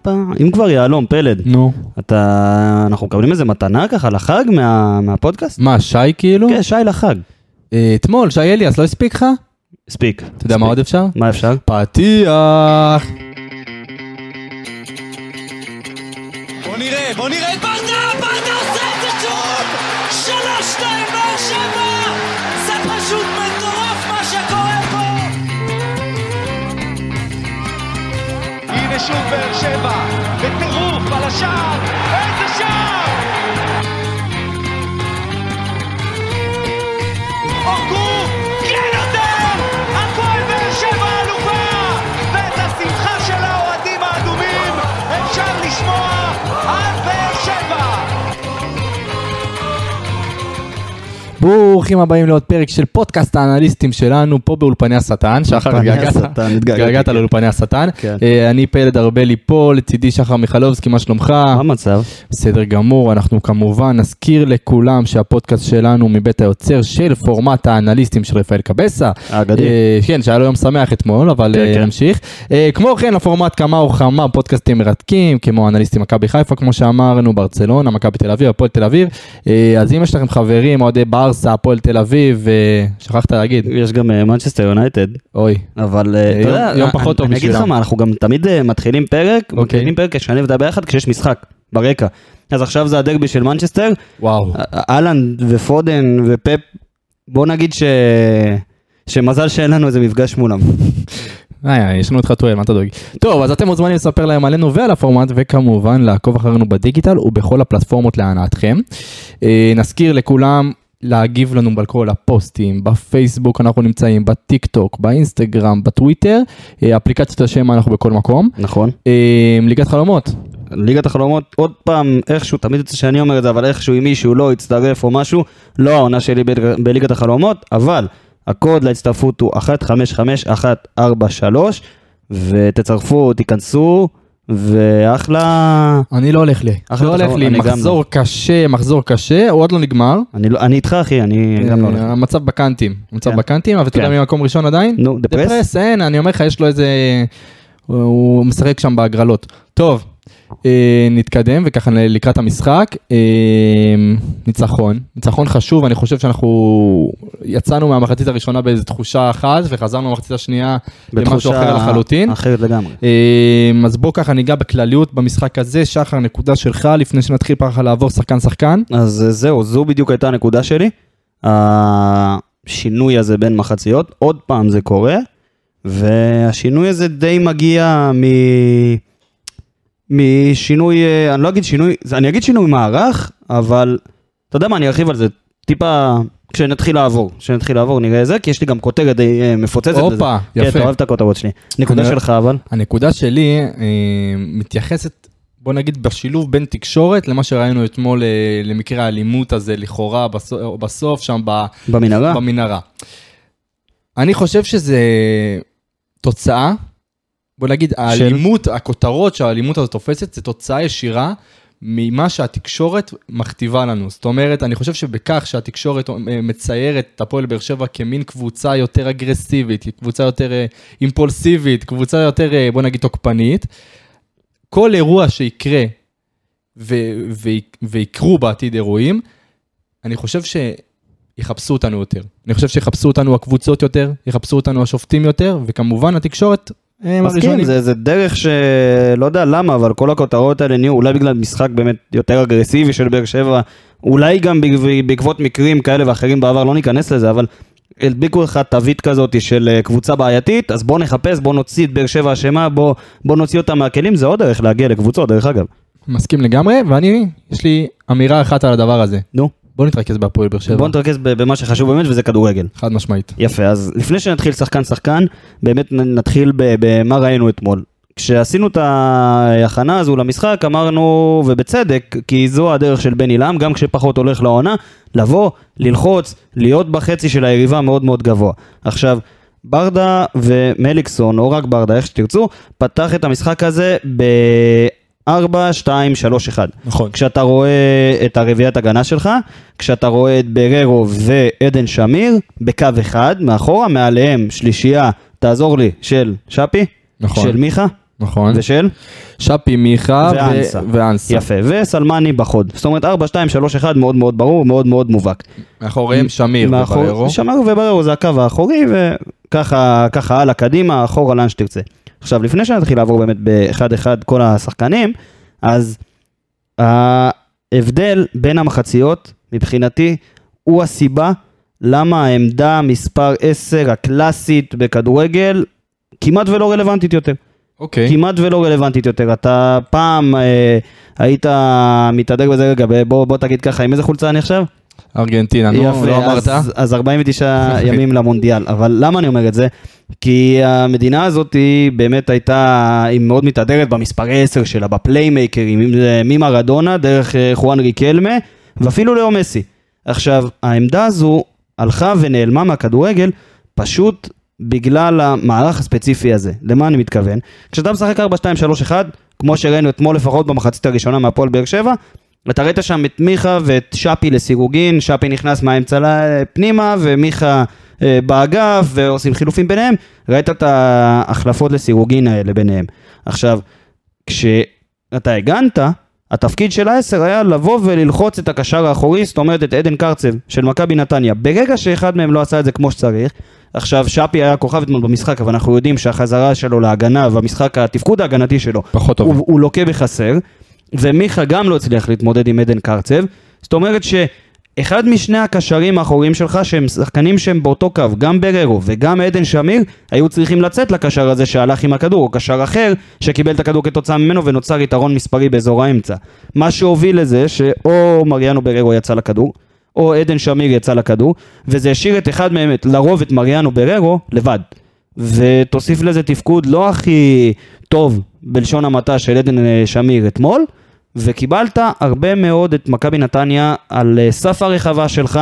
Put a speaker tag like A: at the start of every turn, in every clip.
A: אם כבר יעלום, פלד,
B: נו.
A: אנחנו מקבלים איזה מתנה ככה לחג מהפודקאסט?
B: מה, שי כאילו?
A: כן, שי לחג.
B: אתמול, שי אליאס, לא הספיק לך?
A: הספיק.
B: אתה יודע מה עוד אפשר?
A: מה אפשר?
B: פתיח.
C: בוא נראה את ברדה עושה את זה שוב! 3-2 באר שבע! זה פשוט מטורף מה שקורה פה! הנה שוב באר שבע, בטירוף על השער! איזה שער! אורגו! כן יותר! הפועל באר שבע אלופה! ואת השמחה של האוהדים האדומים אפשר לשמוע עד באר שבע!
B: ברוכים הבאים לעוד פרק של פודקאסט האנליסטים שלנו פה באולפני השטן. שחר, התגעגעת לאולפני השטן. אני פלד ארבלי פה, לצידי שחר מיכלובסקי, מה שלומך?
A: מה המצב?
B: בסדר גמור, אנחנו כמובן נזכיר לכולם שהפודקאסט שלנו מבית היוצר של פורמט האנליסטים של רפאל קבסה. כן, שהיה לו יום שמח אתמול, אבל נמשיך. כמו כן, לפורמט כמה וכמה פודקאסטים מרתקים, כמו אנליסטים מכבי חיפה, כמו שאמרנו, ברצלונה, מכבי תל אביב, הפועל תל אביב. אז אם יש לכם חברים, אוהדי ברסה, הפועל תל אביב, שכחת להגיד.
A: יש גם מנצ'סטר יונייטד.
B: אוי.
A: אבל
B: יום פחות טוב
A: בשבילם. אני אגיד לך מה, אנחנו גם תמיד מתחילים פרק, כשאני ודע ביחד, כשיש משחק ברקע. אז עכשיו זה הדרבי של מנצ'סטר.
B: וואו.
A: אלנד ופודן ופפ, בוא נגיד שמזל שאין לנו איזה מפגש מולם.
B: יש לנו אותך טועל, מה אתה דואג? טוב, אז אתם מוזמנים לספר להם עלינו ועל הפורמט, וכמובן לעקוב אחרינו בדיגיטל ובכל הפלטפורמות להנאתכם. נזכיר לכולם להגיב לנו בכל הפוסטים, בפייסבוק אנחנו נמצאים, בטיק טוק, באינסטגרם, בטוויטר, אפליקציות השם אנחנו בכל מקום.
A: נכון.
B: ליגת חלומות.
A: ליגת החלומות, עוד פעם, איכשהו, תמיד יוצא שאני אומר את זה, אבל איכשהו אם מישהו לא יצטרף או משהו, לא העונה שלי בליגת החלומות, אבל הקוד להצטרפות הוא 155143, ותצרפו, תיכנסו, ואחלה...
B: אני לא הולך לי, מחזור קשה, הוא עוד לא נגמר.
A: אני איתך אחי, אני גם לא הולך.
B: המצב בקנטים, אבל אתה יודע מי מקום ראשון עדיין?
A: נו, דפרס?
B: אין, אני אומר לך, יש לו איזה... הוא משחק שם בהגרלות. טוב, נתקדם, וככה לקראת המשחק, ניצחון חשוב, אני חושב שאנחנו יצאנו מהמחצית הראשונה באיזו תחושה אחת, וחזרנו מהמחצית השנייה למשהו אחר לחלוטין.
A: אחרת לגמרי.
B: אז בוא ככה ניגע בכלליות במשחק הזה, שחר, נקודה שלך, לפני שנתחיל פרחה לעבור שחקן.
A: אז זהו, זו בדיוק הייתה הנקודה שלי, השינוי הזה בין מחציות, עוד פעם זה קורה, והשינוי הזה די מגיע משינוי, אני לא אגיד שינוי, אני אגיד שינוי מערך, אבל אתה יודע מה, אני ארחיב על זה טיפה כשנתחיל לעבור, נראה זה, כי יש לי גם כותרת די מפוצצת לזה.
B: אופה, יפה.
A: כן, אתה אוהב את הכותרות שלי. נקודה שלך אבל?
B: הנקודה שלי מתייחסת, בוא נגיד, בשילוב בין תקשורת, למה שראינו אתמול למקרה האלימות הזה, לכאורה בסוף, שם במנהרה. אני חושב שזה תוצאה, בוא נגיד, האלימות, הכותרות שהאלימות הזאת תופסת, זה תוצאה ישירה ממה שהתקשורת מכתיבה לנו. זאת אומרת, אני חושב שבכך שהתקשורת מציירת את הפועל באר שבע כמין קבוצה יותר אגרסיבית, קבוצה יותר אימפולסיבית, קבוצה יותר, בוא נגיד, תוקפנית, כל אירוע שיקרה ויקרו בעתיד אירועים, אני חושב שיחפשו אותנו יותר. אני חושב שיחפשו אותנו הקבוצות יותר, יחפשו אותנו השופטים יותר, וכמובן התקשורת
A: מסכים, זה דרך שלא יודע למה, אבל כל הכותרות האלה נהיו, אולי בגלל משחק באמת יותר אגרסיבי של באר שבע, אולי גם בעקבות מקרים כאלה ואחרים בעבר, לא ניכנס לזה, אבל הדביקו לך תווית כזאת של קבוצה בעייתית, אז בוא נחפש, בוא נוציא את באר שבע השמה, בוא נוציא אותה מהכלים, זה עוד דרך להגיע לקבוצות, דרך אגב.
B: מסכים לגמרי, יש לי אמירה אחת על הדבר הזה.
A: נו.
B: בוא נתרכז בהפועל באר שבע.
A: בוא נתרכז במה שחשוב באמת, וזה כדורגל.
B: חד משמעית.
A: יפה, אז לפני שנתחיל שחקן, באמת נתחיל במה ראינו אתמול. כשעשינו את ההכנה הזו למשחק, אמרנו, ובצדק, כי זו הדרך של בן אילם, גם כשפחות הולך לעונה, לבוא, ללחוץ, להיות בחצי של היריבה מאוד מאוד גבוה. עכשיו, ברדה ומליקסון, או רק ברדה, איך שתרצו, פתח את המשחק הזה 4, 2, 3, 1.
B: נכון.
A: כשאתה רואה את הרביעיית הגנה שלך, כשאתה רואה את בררו ועדן שמיר, בקו אחד, מאחורה, מעליהם, שלישייה, תעזור לי, של שפי,
B: נכון.
A: של מיכה,
B: נכון.
A: ושל?
B: שפי, מיכה ואנסה.
A: יפה, וסלמני בחוד. זאת אומרת 4, 2, 3, 1, מאוד מאוד ברור, מאוד מאוד מובהק.
B: מאחוריהם שמיר ובררו.
A: שמיר ובררו זה הקו האחורי, וככה הלאה קדימה, אחורה לאן שתרצה. עכשיו, לפני שנתחיל לעבור באמת באחד אחד כל השחקנים, אז ההבדל בין המחציות, מבחינתי, הוא הסיבה למה העמדה מספר 10 הקלאסית בכדורגל כמעט ולא רלוונטית יותר.
B: אוקיי.
A: כמעט ולא רלוונטית יותר. אתה פעם היית מתהדק בזה רגע, בוא תגיד ככה, עם איזה חולצה אני עכשיו?
B: ארגנטינה, לא אמרת?
A: אז 49 ימים למונדיאל, אבל למה אני אומר את זה? כי המדינה הזאת היא באמת היא מאוד מתהדרת במספר 10 שלה, בפליימייקרים, ממרדונה, דרך חואן ריקלמה, ואפילו לאו מסי. עכשיו, העמדה הזו הלכה ונעלמה מהכדורגל, פשוט בגלל המערך הספציפי הזה. למה אני מתכוון? כשאתה משחק 4, 2, 3, 1, כמו שראינו אתמול לפחות במחצית הראשונה מהפועל באר שבע, אתה ראית שם את מיכה ואת שפי לסירוגין, שפי נכנס מהאמצע פנימה, ומיכה באגף, ועושים חילופים ביניהם, ראית את ההחלפות לסירוגין האלה ביניהם. עכשיו, כשאתה הגנת, התפקיד של ה-10 היה לבוא וללחוץ את הקשר האחורי, זאת אומרת את עדן קרצב של מכבי נתניה, ברגע שאחד מהם לא עשה את זה כמו שצריך. עכשיו שפי היה כוכב אתמול במשחק, אבל אנחנו יודעים שהחזרה שלו להגנה, והמשחק התפקוד ההגנתי שלו, הוא לוקה בחסר, ומיכה גם לא הצליח להתמודד עם עדן קרצב, זאת אומרת שאחד משני הקשרים האחוריים שלך, שהם שחקנים שהם באותו קו, גם בררו וגם עדן שמיר, היו צריכים לצאת לקשר הזה שהלך עם הכדור, או קשר אחר שקיבל את הכדור כתוצאה ממנו, ונוצר יתרון מספרי באזור האמצע. מה שהוביל לזה, שאו מריאנו בררו יצא לכדור, או עדן שמיר יצא לכדור, וזה השאיר את אחד מהם, לרוב את מריאנו בררו, לבד. ותוסיף לזה תפקוד לא הכי טוב בלשון המעטה של עדן שמיר אתמול, וקיבלת הרבה מאוד את מכבי נתניה על סף הרחבה שלך,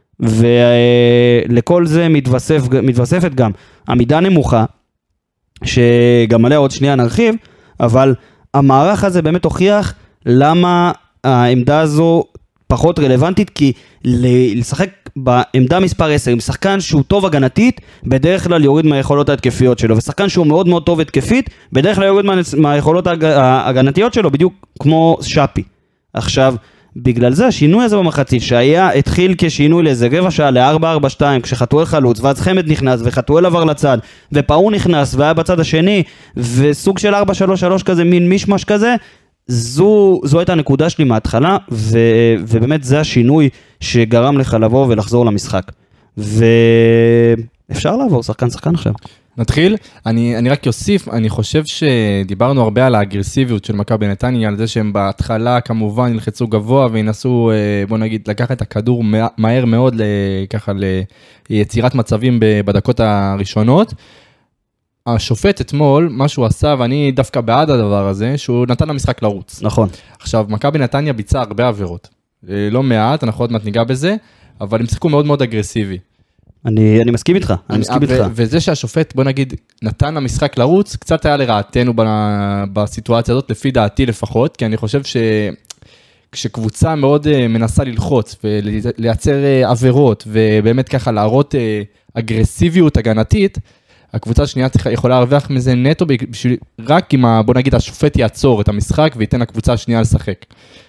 A: ולכל זה מתווספת גם עמידה נמוכה, שגם עליה עוד שנייה נרחיב, אבל המערך הזה באמת הוכיח למה העמדה הזו פחות רלוונטית, כי לשחק בעמדה מספר 10, עם שחקן שהוא טוב הגנתית, בדרך כלל יוריד מהיכולות ההתקפיות שלו, ושחקן שהוא מאוד מאוד טוב התקפית, בדרך כלל יוריד מהיכולות ההגנתיות שלו, בדיוק כמו שפי. עכשיו, בגלל זה השינוי הזה במחצית, התחיל כשינוי לאיזה רבע שעה ל-4-4-2, כשחתואל חלוץ, ואז חמד נכנס, וחתואל עבר לצד, ופאור נכנס, והיה בצד השני, וסוג של 4-3-3 כזה, מין מישמש כזה, זו הייתה הנקודה שלי מההתחלה, ובאמת זה השינוי שגרם לך לבוא ולחזור למשחק. ואפשר לעבור שחקן עכשיו.
B: נתחיל, אני רק אוסיף, אני חושב שדיברנו הרבה על האגרסיביות של מכבי נתניה, על זה שהם בהתחלה כמובן ילחצו גבוה, וינסו, בוא נגיד, לקחת את הכדור מהר מאוד, ככה ליצירת מצבים בדקות הראשונות. השופט אתמול, מה שהוא עשה, ואני דווקא בעד הדבר הזה, שהוא נתן למשחק לרוץ.
A: נכון.
B: עכשיו, מכבי נתניה ביצעה הרבה עבירות. לא מעט, אנחנו עוד מעט ניגע בזה, אבל הם שיחקו מאוד מאוד אגרסיבי.
A: אני מסכים איתך,
B: וזה שהשופט, בוא נגיד, נתן למשחק לרוץ, קצת היה לרעתנו בסיטואציה הזאת, לפי דעתי לפחות, כי אני חושב כשקבוצה מאוד מנסה ללחוץ, ולייצר עבירות, ובאמת ככה להראות אגרסיביות הגנתית, הקבוצה השנייה יכולה להרוויח מזה נטו, רק אם, בוא נגיד, השופט יעצור את המשחק, וייתן לקבוצה השנייה לשחק.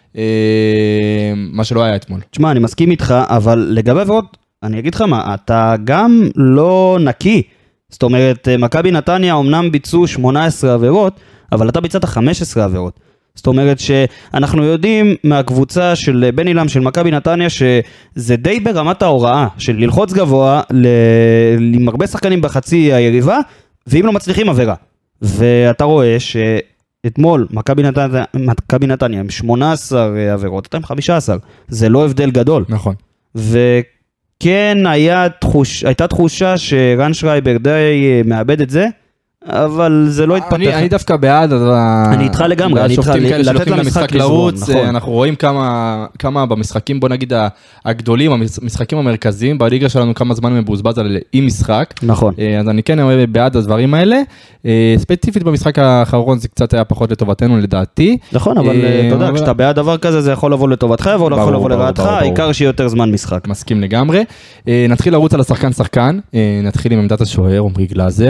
B: מה שלא היה אתמול.
A: תשמע, אני מסכים איתך, אבל לגבי עבירות, אני אגיד לך מה, אתה גם לא נקי. זאת אומרת, מכבי נתניה אומנם ביצעו 18 עבירות, אבל אתה ביצעת 15 עבירות. זאת אומרת שאנחנו יודעים מהקבוצה של בן אילם של מכבי נתניה שזה די ברמת ההוראה של ללחוץ גבוה עם הרבה שחקנים בחצי היריבה, ואם לא מצליחים עבירה. ואתה רואה שאתמול מכבי נתניה עם 18 עבירות, אתה עם 15. זה לא הבדל גדול.
B: נכון.
A: וכן הייתה תחושה שרן שרייבר די מאבד את זה, אבל זה לא התפתח.
B: אני דווקא בעד,
A: אני איתך לגמרי, אני איתך לתת למשחק
B: לרוץ, אנחנו רואים כמה במשחקים, בוא נגיד הגדולים, המשחקים המרכזיים, בליגה שלנו כמה זמן מבוזבז על אי משחק.
A: נכון.
B: אז אני כן בעד הדברים האלה. ספציפית במשחק האחרון זה קצת היה פחות לטובתנו לדעתי.
A: נכון, אבל אתה יודע, כשאתה בעד דבר כזה זה יכול לבוא לטובתך, אבל יכול לבוא לרעתך, העיקר שיהיה יותר זמן משחק.
B: מסכים לגמרי. נתחיל לרוץ על השחקן, נתחיל עם עמדת השוער, עומרי גלאזר.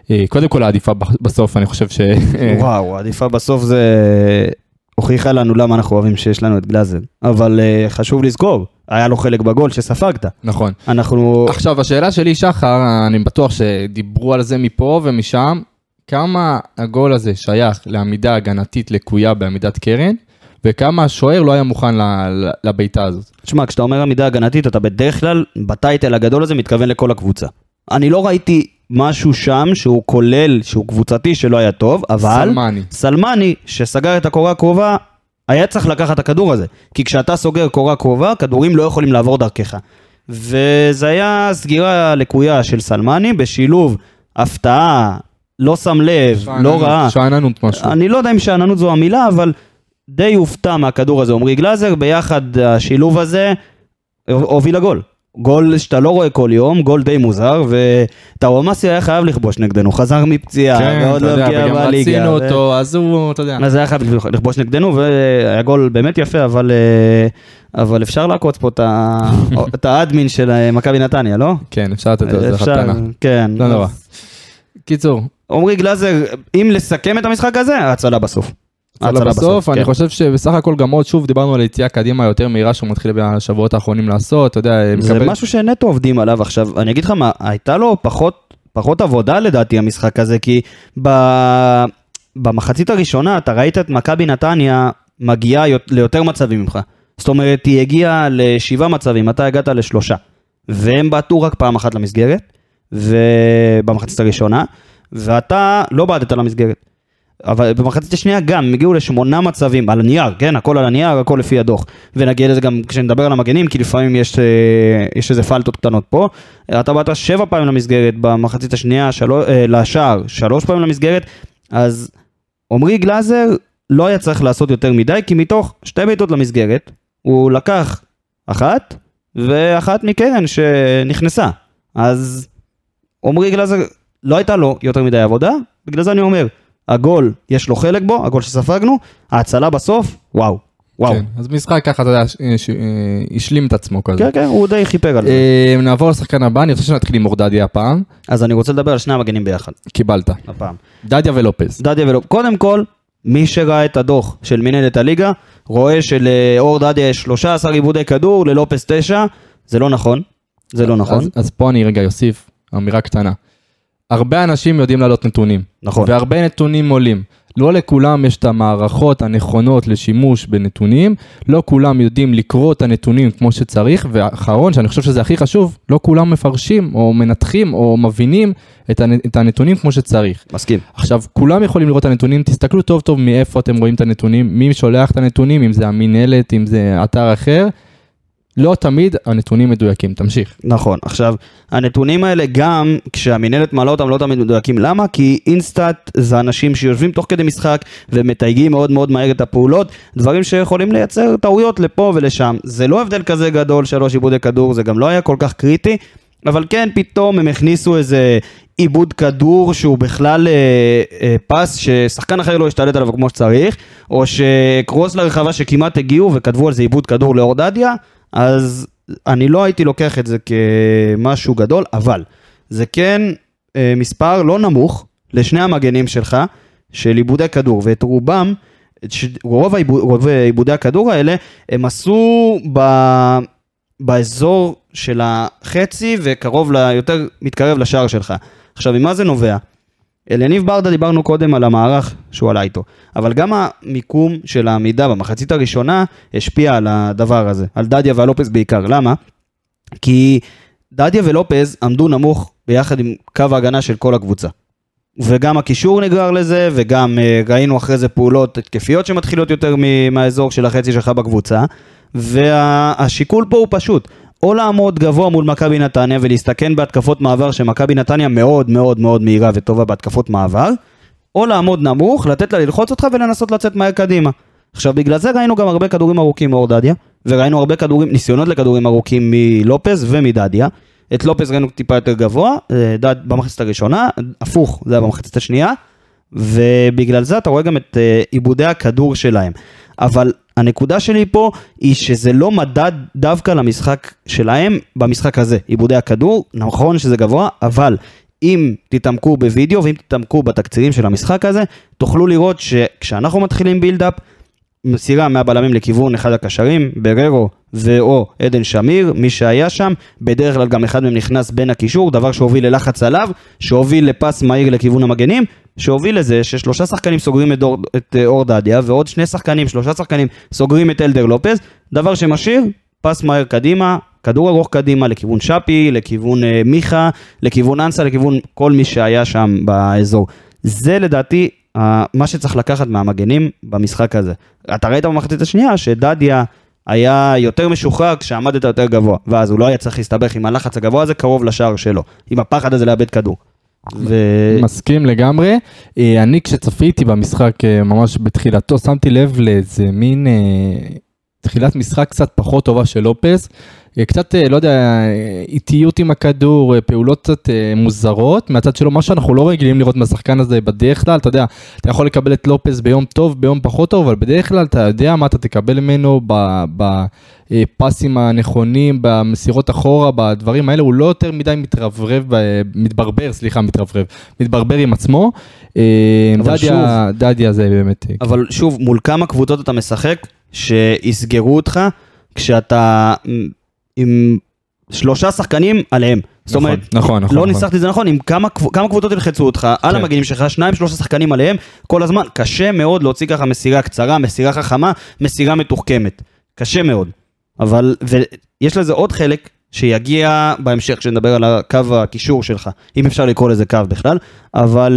B: קודם כל העדיפה בסוף, אני חושב
A: וואו, העדיפה בסוף זה הוכיחה לנו למה אנחנו אוהבים שיש לנו את גלאזר, אבל חשוב לזכור, היה לו חלק בגול שספגת.
B: נכון.
A: אנחנו...
B: עכשיו, השאלה שלי, שחר, אני בטוח שדיברו על זה מפה ומשם, כמה הגול הזה שייך לעמידה הגנתית לקויה בעמידת קרן, וכמה השוער לא היה מוכן לביתה הזאת.
A: תשמע, כשאתה אומר עמידה הגנתית, אתה בדרך כלל, בטייטל הגדול הזה, מתכוון לכל הקבוצה. אני לא ראיתי משהו שם שהוא כולל, שהוא קבוצתי שלא היה טוב, אבל... סלמני, שסגר את הקורה הקרובה, היה צריך לקחת את הכדור הזה. כי כשאתה סוגר קורה קרובה, כדורים לא יכולים לעבור דרכך. וזה היה סגירה לקויה של סלמני, בשילוב הפתעה, לא שם לב, לא ראה.
B: שעננות משהו.
A: אני לא יודע אם שעננות זו המילה, אבל די הופתע מהכדור הזה, עומרי גלאזר, ביחד השילוב הזה הוביל לגול. גול שאתה לא רואה כל יום, גול די מוזר, וטאוואמאסי היה חייב לכבוש נגדנו, חזר מפציעה,
B: ועוד לא הגיע בליגה. וגם רצינו אותו, אז הוא, אתה יודע.
A: אז היה חייב לכבוש נגדנו, והיה גול באמת יפה, אבל אפשר לעקוץ פה את האדמין של מכבי נתניה, לא?
B: כן, אפשר לתת את זה חתנה.
A: כן.
B: לא נורא. קיצור.
A: עומרי גלאזר, אם לסכם את המשחק הזה, ההצלה בסוף.
B: בסוף, אני חושב שבסך הכל גם עוד שוב דיברנו על יציאה קדימה יותר מהירה שהוא מתחיל בשבועות האחרונים לעשות, אתה יודע,
A: זה משהו שנטו עובדים עליו עכשיו, אני אגיד לך מה, הייתה לו פחות עבודה לדעתי המשחק הזה, כי במחצית הראשונה אתה ראית את מכבי נתניה מגיעה ליותר מצבים ממך, זאת אומרת היא הגיעה ל7 מצבים, אתה הגעת ל3, והם בעטו רק פעם אחת למסגרת, ובמחצית הראשונה, ואתה לא בעטת למסגרת. אבל במחצית השנייה גם, הם הגיעו ל8 מצבים, על הנייר, כן, הכל על הנייר, הכל לפי הדוח, ונגיע לזה גם כשנדבר על המגנים, כי לפעמים יש איזה פלטות קטנות פה, אתה באת 7 פעמים למסגרת, במחצית השנייה, לשער, 3 פעמים למסגרת, אז עומרי גלאזר לא היה צריך לעשות יותר מדי, כי מתוך 2 בעיטות למסגרת, הוא לקח 1, ואחת מקרן שנכנסה, אז עומרי גלאזר לא הייתה לו יותר מדי עבודה, בגלל זה אני אומר, הגול, יש לו חלק בו, הגול שספגנו, ההצלה בסוף, וואו.
B: כן, אז משחק ככה, אתה יודע, השלים את עצמו כזה.
A: כן, כן, הוא די חיפר על זה.
B: נעבור לשחקן הבא, אני רוצה שנתחיל עם דדיה הפעם.
A: אז אני רוצה לדבר על שני המגנים ביחד.
B: קיבלת.
A: הפעם.
B: דדיה ולופז.
A: קודם כל, מי שראה את הדוח של מנהלת הליגה, רואה שלאור דדיה יש 13 עיבודי כדור, ללופז 9, זה לא נכון. זה לא נכון.
B: אז פה אני רגע יוסיף, אמירה קטנה. הרבה אנשים יודעים לעלות נתונים. נכון. והרבה נתונים עולים. לא לכולם יש את המערכות הנכונות לשימוש בנתונים, לא כולם יודעים לקרוא את הנתונים כמו שצריך, והאחרון, שאני חושב שזה הכי חשוב, לא כולם מפרשים או מנתחים או מבינים את הנתונים כמו שצריך.
A: מסכים.
B: עכשיו, כולם יכולים לראות את הנתונים, תסתכלו טוב טוב מאיפה אתם רואים את הנתונים, מי שולח את הנתונים, אם זה המנהלת, אם זה אתר אחר, לא תמיד הנתונים מדויקים, תמשיך.
A: נכון, עכשיו, הנתונים האלה גם כשהמנהלת מעלה אותם לא תמיד מדויקים, למה? כי אינסטאט זה אנשים שיושבים תוך כדי משחק ומתייגים מאוד מאוד מהר את הפעולות, דברים שיכולים לייצר טעויות לפה ולשם. זה לא הבדל כזה גדול, 3 עיבודי כדור, זה גם לא היה כל כך קריטי, אבל כן פתאום הם הכניסו איזה עיבוד כדור שהוא בכלל פס ששחקן אחר לא השתלט עליו כמו שצריך, או שקרוס לרחבה שכמעט הגיעו וכתבו על זה עיבוד כדור לאור דדיה, אז אני לא הייתי לוקח את זה כמשהו גדול, אבל זה כן מספר לא נמוך לשני המגנים שלך, של עיבודי כדור, ואת רובם, רוב עיבודי הכדור האלה, הם עשו באזור של החצי, וקרוב יותר מתקרב לשער שלך. עכשיו, ממה זה נובע? אליניב ברדה דיברנו קודם על המערך שהוא עלה איתו, אבל גם המיקום של העמידה במחצית הראשונה השפיע על הדבר הזה, על דדיה ולופז בעיקר. למה? כי דדיה ולופז עמדו נמוך ביחד עם קו ההגנה של כל הקבוצה. וגם הקישור נגרר לזה, וגם ראינו אחרי זה פעולות התקפיות שמתחילות יותר מהאזור של החצי שלך בקבוצה, והשיקול פה הוא פשוט. או לעמוד גבוה מול מכבי נתניה ולהסתכן בהתקפות מעבר שמכבי נתניה מאוד מאוד מאוד מהירה וטובה בהתקפות מעבר, או לעמוד נמוך, לתת לה ללחוץ אותך ולנסות לצאת מהר קדימה. עכשיו בגלל זה ראינו גם הרבה כדורים ארוכים מאור דדיה, וראינו הרבה ניסיונות לכדורים ארוכים מלופז ומדדיה. את לופז ראינו טיפה יותר גבוה, במחצית הראשונה, הפוך, זה היה במחצית השנייה, ובגלל זה אתה רואה גם את עיבודי הכדור שלהם. אבל הנקודה שלי פה היא שזה לא מדד דווקא למשחק שלהם במשחק הזה. עיבודי הכדור, נכון שזה גבוה, אבל אם תתעמקו בווידאו, ואם תתעמקו בתקצירים של המשחק הזה, תוכלו לראות שכשאנחנו מתחילים בילדאפ, מסירה מהבלמים לכיוון אחד הקשרים, בררו ואו עדן שמיר, מי שהיה שם, בדרך כלל גם אחד מהם נכנס בין הקישור, דבר שהוביל ללחץ עליו, שהוביל לפס מהיר לכיוון המגנים, שהוביל לזה ששלושה שחקנים סוגרים את אור דדיה, ועוד שלושה שחקנים סוגרים את אלדר לופז, דבר שמשאיר פס מהיר קדימה, כדור ארוך קדימה, לכיוון שפי, לכיוון מיכה, לכיוון אנסה, לכיוון כל מי שהיה שם באזור. זה לדעתי מה שצריך לקחת מהמגנים במשחק הזה. אתה ראית במחצית השנייה שדדיה היה יותר משוחרר כשעמדת יותר גבוה, ואז הוא לא היה צריך להסתבך עם הלחץ הגבוה הזה קרוב לשער שלו, עם הפחד הזה לאבד כדור.
B: מסכים לגמרי. אני כשצפיתי במשחק ממש בתחילתו, שמתי לב לאיזה מין תחילת משחק קצת פחות טובה של לופס, קצת, לא יודע, איטיות עם הכדור, פעולות קצת מוזרות, מהצד שלו, מה שאנחנו לא רגילים לראות מהשחקן הזה בדרך כלל, אתה יודע, אתה יכול לקבל את לופס ביום טוב, ביום פחות טוב, אבל בדרך כלל אתה יודע מה אתה תקבל ממנו בפסים הנכונים, במסירות אחורה, בדברים האלה, הוא לא יותר מדי מתברבר עם עצמו, דדיה זה באמת.
A: אבל שוב, מול כמה קבוצות אתה משחק, שיסגרו אותך, כשאתה עם 3 שחקנים עליהם. זאת אומרת, לא ניסחתי זה נכון, עם כמה קבוצות ילחצו אותך, על המגנים שלך, 2-3 שחקנים עליהם, כל הזמן, קשה מאוד להוציא ככה מסירה קצרה, מסירה חכמה, מסירה מתוחכמת. קשה מאוד. אבל, ויש לזה עוד חלק, שיגיע בהמשך, כשנדבר על הקו הקישור שלך, אם אפשר לקרוא לזה קו בכלל, אבל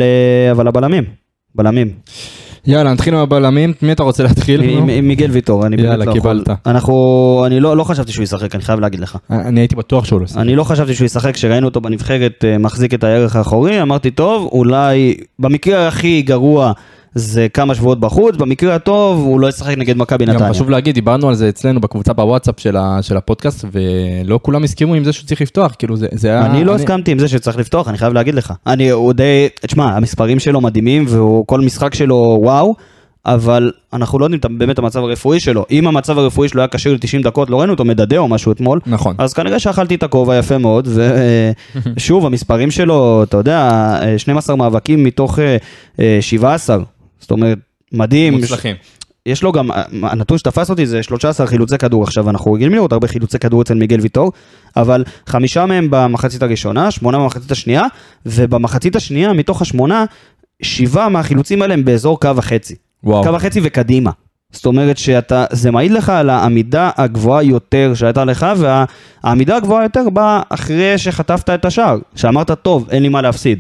A: הבלמים.
B: יאללה, נתחיל מהבלמים, מי אתה רוצה להתחיל?
A: עם מיגל ויטור,
B: יאללה, קיבלת.
A: אני לא חשבתי שהוא ישחק, אני חייב להגיד לך.
B: אני הייתי בטוח שהוא לא ישחק.
A: אני לא חשבתי שהוא ישחק, כשראינו אותו בנבחרת מחזיק את הערך האחורי, אמרתי טוב, אולי במקרה הכי גרוע זה כמה שבועות בחוץ, במקרה הטוב הוא לא ישחק נגד מכבי נתניה.
B: גם חשוב להגיד, דיברנו על זה אצלנו בקבוצה בוואטסאפ של הפודקאסט, ולא כולם הסכימו עם זה שהוא צריך לפתוח, כאילו זה
A: אני לא הסכמתי עם זה שצריך לפתוח, אני חייב להגיד לך. תשמע, המספרים שלו מדהימים, וכל משחק שלו וואו, אבל אנחנו לא יודעים באמת המצב הרפואי שלו. אם המצב הרפואי שלו היה קשה ל-90 דקות, לא ראינו אותו מדדה או משהו אתמול,
B: נכון.
A: אז כנראה שאכלתי את הכובע יפה מאוד, ושוב, המספרים שלו, אתה יודע, 12 מאבקים מתוך 17, זאת אומרת, מדהים.
B: מוצלחים.
A: יש לו גם, הנתון שתפס אותי זה 13 חילוצי כדור, עכשיו אנחנו רגילים לראות הרבה חילוצי כדור אצל מיגל ויטור, אבל 5 מהם במחצית הראשונה, 8 במחצית השנייה, ובמחצית השנייה מתוך 8, 7 מהחילוצים האלה הם באזור קו החצי.
B: וואו.
A: קו החצי וקדימה. זאת אומרת זה מעיד לך על העמידה הגבוהה יותר שהייתה לך, והעמידה הגבוהה יותר באה אחרי שחטפת את השער, שאמרת טוב, אין לי מה להפסיד.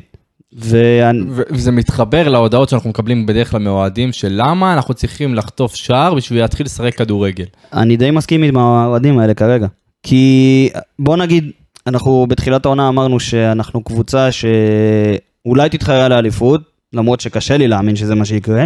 B: וזה מתחבר להודעות שאנחנו מקבלים בדרך כלל מאוהדים, של למה אנחנו צריכים לחטוף שער בשביל להתחיל לשחק כדורגל.
A: אני די מסכים עם האוהדים האלה כרגע. כי בוא נגיד, אנחנו בתחילת העונה אמרנו שאנחנו קבוצה שאולי תתחרה לאליפות, למרות שקשה לי להאמין שזה מה שיקרה,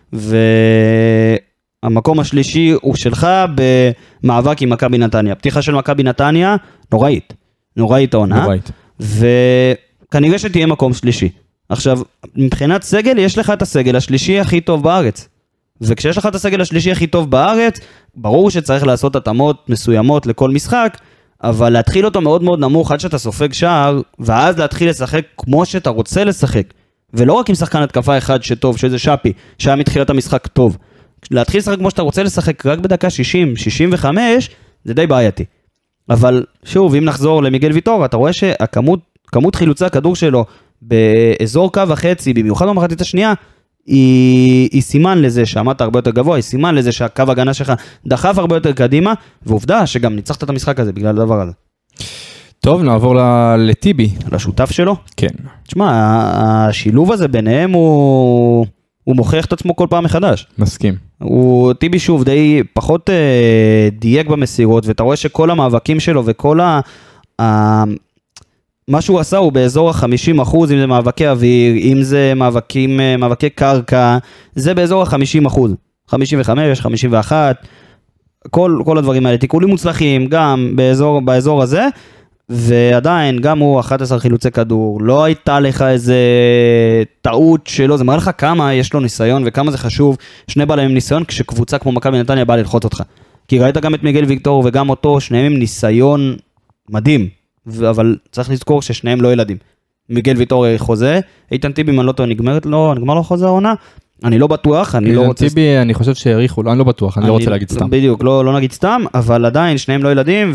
A: והמקום השלישי הוא שלך במאבק עם מכבי נתניה. פתיחה של מכבי נתניה, נוראית העונה. וכנראה שתהיה מקום שלישי. עכשיו, מבחינת סגל, יש לך את הסגל השלישי הכי טוב בארץ. וכשיש לך את הסגל השלישי הכי טוב בארץ, ברור שצריך לעשות התאמות מסוימות לכל משחק, אבל להתחיל אותו מאוד מאוד נמוך עד שאתה סופג שער, ואז להתחיל לשחק כמו שאתה רוצה לשחק. ולא רק עם שחקן התקפה אחד שטוב, שזה שפי, שהיה מתחילת המשחק טוב. להתחיל לשחק כמו שאתה רוצה לשחק רק בדקה 60, 65, זה די בעייתי. אבל שוב, אם נחזור למיגל ויטור, אתה רואה שהכמות חילוצי הכדור שלו באזור קו החצי, במיוחד במחצית השנייה, היא סימן לזה שעמדת הרבה יותר גבוה, היא סימן לזה שהקו הגנה שלך דחף הרבה יותר קדימה, ועובדה שגם ניצחת את המשחק הזה בגלל הדבר הזה.
B: טוב, נעבור לטיבי.
A: לשותף שלו?
B: כן.
A: תשמע, השילוב הזה ביניהם הוא מוכיח את עצמו כל פעם מחדש.
B: מסכים.
A: טיבי שוב די פחות דייק במסירות, ואתה רואה שכל המאבקים שלו וכל מה שהוא עשה הוא באזור ה-50%, אם זה מאבקי אוויר, אם זה מאבקי קרקע, זה באזור ה-50%. 55, 51, כל הדברים האלה, תיקולים מוצלחים, גם באזור הזה, ועדיין, גם הוא 11 חילוצי כדור, לא הייתה לך איזה טעות שלו, זה מראה לך כמה יש לו ניסיון, וכמה זה חשוב, שני בעלים ניסיון, כשקבוצה כמו מכבי נתניה באה ללחוץ אותך. כי ראית גם את מיגל ויטור וגם אותו, שניהם עם ניסיון מדהים, אבל צריך לזכור ששניהם לא ילדים. מיגל ויטור חוזה, איתן טיבי, אני לא טועה, נגמר לו חוזה העונה, אני לא בטוח, אני לא רוצה...
B: טיבי, אני חושב שהעריכו, אני לא בטוח, אני לא רוצה להגיד סתם.
A: בדיוק, לא נגיד סתם, אבל עדיין שניהם לא ילדים,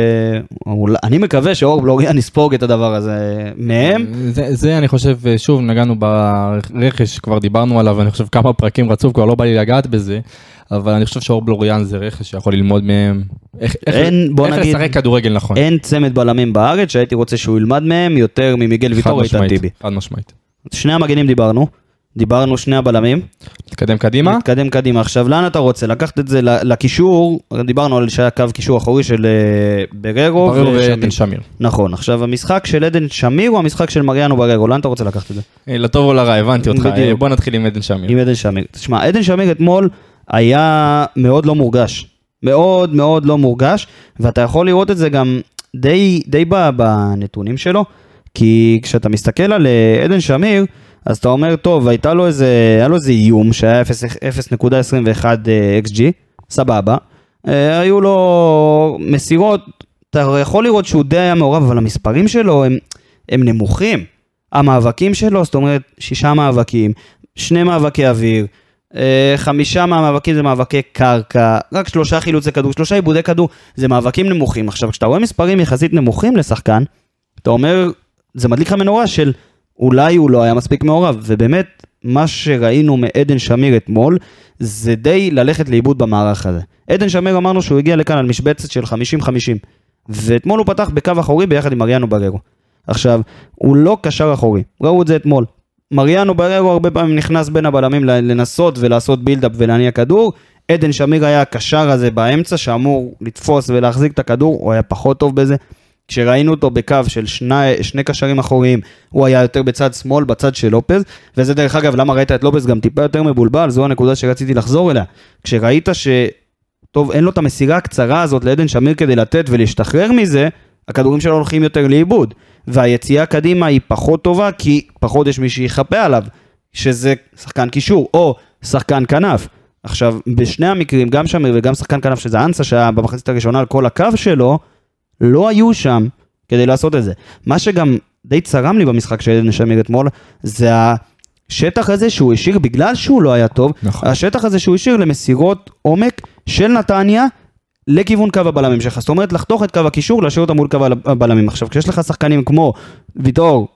A: ואני מקווה שאור בלוריאן יספוג את הדבר הזה מהם.
B: זה אני חושב, שוב, נגענו ברכש, כבר דיברנו עליו, אני חושב כמה פרקים רצוף, כבר לא בא לי לגעת בזה, אבל אני חושב שאור בלוריאן זה רכש שיכול ללמוד מהם, איך לשחק כדורגל נכון.
A: אין צמד בלמים בארץ, שהייתי רוצה שהוא ילמד מהם יותר ממיגל ויטור איתן טיבי.
B: חד משמעית.
A: שני המגנים דיברנו שני הבלמים.
B: נתקדם קדימה.
A: עכשיו, לאן אתה רוצה? לקחת את זה לקישור, דיברנו על שהיה קו קישור אחורי של בררו
B: ועדן שמיר.
A: נכון, עכשיו המשחק של עדן שמיר הוא המשחק של מריאנו בררו, לאן אתה רוצה לקחת את זה?
B: לטוב או לרע, הבנתי אותך, בוא נתחיל עם עדן שמיר.
A: תשמע, עדן שמיר אתמול היה מאוד לא מורגש, מאוד מאוד לא מורגש, ואתה יכול לראות את זה גם די בנתונים שלו, כי כשאתה מסתכל על עדן שמיר, אז אתה אומר, טוב, היה לו איזה איום שהיה 0.21 XG, סבבה. היו לו מסירות, אתה יכול לראות שהוא די היה מעורב, אבל המספרים שלו הם נמוכים. המאבקים שלו, זאת אומרת, 6 מאבקים, 2 מאבקי אוויר, 5 מהמאבקים זה מאבקי קרקע, רק 3 חילוצי כדור, 3 עיבודי כדור, זה מאבקים נמוכים. עכשיו, כשאתה רואה מספרים יחסית נמוכים לשחקן, אתה אומר, זה מדליק לך מנורה של אולי הוא לא היה מספיק מעורב, ובאמת מה שראינו מעדן שמיר אתמול, זה די ללכת לאיבוד במערך הזה. עדן שמיר אמרנו שהוא הגיע לכאן על משבצת של 50-50, ואתמול הוא פתח בקו אחורי ביחד עם מריאנו בררו. עכשיו, הוא לא קשר אחורי, ראו את זה אתמול. מריאנו בררו הרבה פעמים נכנס בין הבלמים לנסות ולעשות בילדאפ ולהניע כדור, עדן שמיר היה הקשר הזה באמצע שאמור לתפוס ולהחזיק את הכדור, הוא היה פחות טוב בזה. כשראינו אותו בקו של שני קשרים אחוריים, הוא היה יותר בצד שמאל, בצד של לופז, וזה דרך אגב, למה ראית את לופז גם טיפה יותר מבולבל, זו הנקודה שרציתי לחזור אליה. כשראית טוב, אין לו את המסירה הקצרה הזאת לעדן שמיר כדי לתת ולהשתחרר מזה, הכדורים שלו הולכים יותר לאיבוד, והיציאה קדימה היא פחות טובה, כי פחות יש מי שיחפה עליו, שזה שחקן קישור, או שחקן כנף. עכשיו, בשני המקרים, גם שמיר וגם שחקן כנף, שזה אנסה שהיה במחצית הראשונה על כל הקו שלו, לא היו שם כדי לעשות את זה. מה שגם די צרם לי במשחק של עדן שמיר אתמול, זה השטח הזה שהוא השאיר, בגלל שהוא לא היה טוב, נכון. השטח הזה שהוא השאיר למסירות עומק של נתניה, לכיוון קו הבלמים שלך. זאת אומרת, לחתוך את קו הקישור, להשאיר אותם מול קו הבלמים. עכשיו, כשיש לך שחקנים כמו ויטור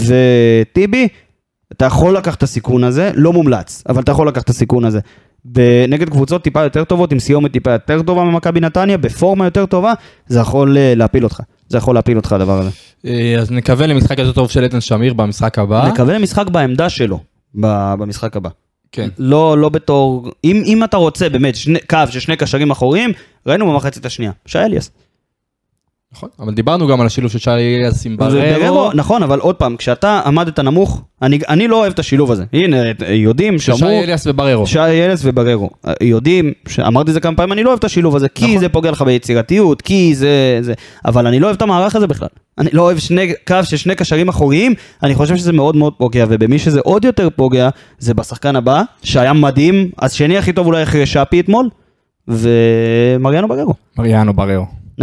A: וטיבי, אתה יכול לקחת את הסיכון הזה, לא מומלץ, אבל אתה יכול לקחת את הסיכון הזה. נגד קבוצות טיפה יותר טובות, עם סיומת טיפה יותר טובה ממכבי נתניה, בפורמה יותר טובה, זה יכול להפיל אותך. זה יכול להפיל אותך הדבר הזה.
B: אז נקווה למשחק יותר טוב של עדן שמיר במשחק הבא.
A: נקווה למשחק בעמדה שלו, במשחק הבא.
B: כן.
A: לא בתור, אם אתה רוצה באמת קו של שני קשרים אחוריים, ראינו במחצית השנייה, שי אליאס.
B: נכון, אבל דיברנו גם על השילוב של שי אליאס עם בררו.
A: נכון, אבל עוד פעם, כשאתה עמדת נמוך, אני לא אוהב את השילוב הזה. הנה, יודעים, שמעו.
B: שי אליאס ובררו.
A: שי אליאס ובררו. יודעים, אמרתי זה כמה פעמים, אני לא אוהב את השילוב הזה, כי זה פוגע לך ביצירתיות, כי זה, אבל אני לא אוהב את המערך הזה בכלל. אני לא אוהב קו של שני קשרים אחוריים, אני חושב שזה מאוד מאוד פוגע, ובמי שזה עוד יותר פוגע, זה בשחקן הבא, שהיה מדהים, אז שני הכי טוב אולי אחרי שפי אתמול, ומריאנו בררו.
B: מריאנו בררו.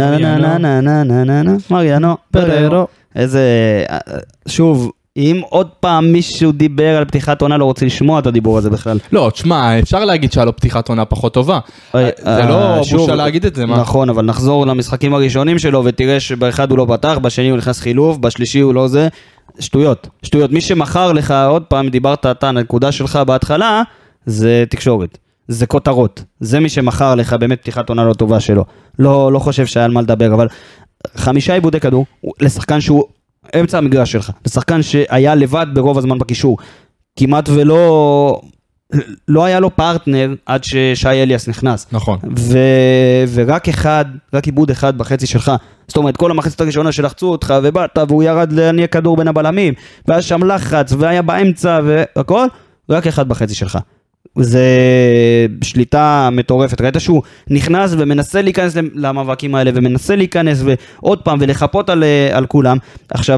A: מריאנו בררו. איזה, שוב, אם עוד פעם מישהו דיבר על פתיחת עונה, לא רוצה לשמוע את הדיבור הזה בכלל.
B: לא, תשמע, אפשר להגיד שהיה לו פתיחת עונה פחות טובה. זה לא בושה להגיד את זה, מה?
A: נכון, אבל נחזור למשחקים הראשונים שלו, ותראה שבאחד הוא לא פתח, בשני הוא נכנס חילוף, בשלישי הוא לא זה. שטויות. מי שמחר לך, עוד פעם דיברת אתה, הנקודה שלך בהתחלה, זה תקשורת. זה כותרות. זה מי שמחר לך באמת פתיחת עונה לא טובה שלו. לא חושב שהיה על מה לדבר, אבל 5 עיבודי כדור, לשחקן שהוא אמצע המגרש שלך, לשחקן שהיה לבד ברוב הזמן בקישור, כמעט ולא היה לו פרטנר עד ששי אליאס נכנס.
B: נכון.
A: ורק עיבוד אחד בחצי שלך. זאת אומרת, כל המחצית הראשונה שלחצו אותך ובאת, והוא ירד להניע כדור בין הבלמים, והיה שם לחץ, והיה באמצע והכל, רק אחד בחצי שלך. זה שליטה מטורפת. ראית שהוא נכנס ומנסה להיכנס למאבקים האלה, ומנסה להיכנס ועוד פעם ולחפות על כולם. עכשיו,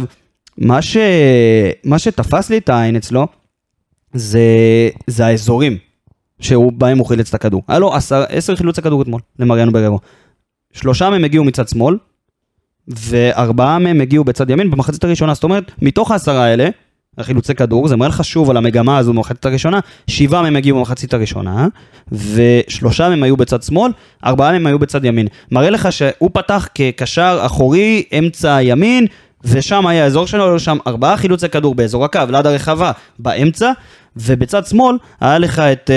A: מה שתפס לי את העין אצלו, זה האזורים שבהם הוא חילץ את הכדור. היה לו 10 חילוץ הכדור אתמול, למריאנו בררו. 3 מהם הגיעו מצד שמאל, וארבעה מהם הגיעו בצד ימין במחצית הראשונה, זאת אומרת, מתוך 10 האלה, החילוצי כדור, זה מראה לך שוב על המגמה הזו במחצית הראשונה, 7 מהם הגיעו במחצית הראשונה, ו3 מהם היו בצד שמאל, 4 מהם היו בצד ימין. מראה לך שהוא פתח כקשר אחורי, אמצע ימין, ושם היה האזור שלו, שם 4 חילוצי כדור באזור הקו, ליד הרחבה, באמצע, ובצד שמאל היה לך את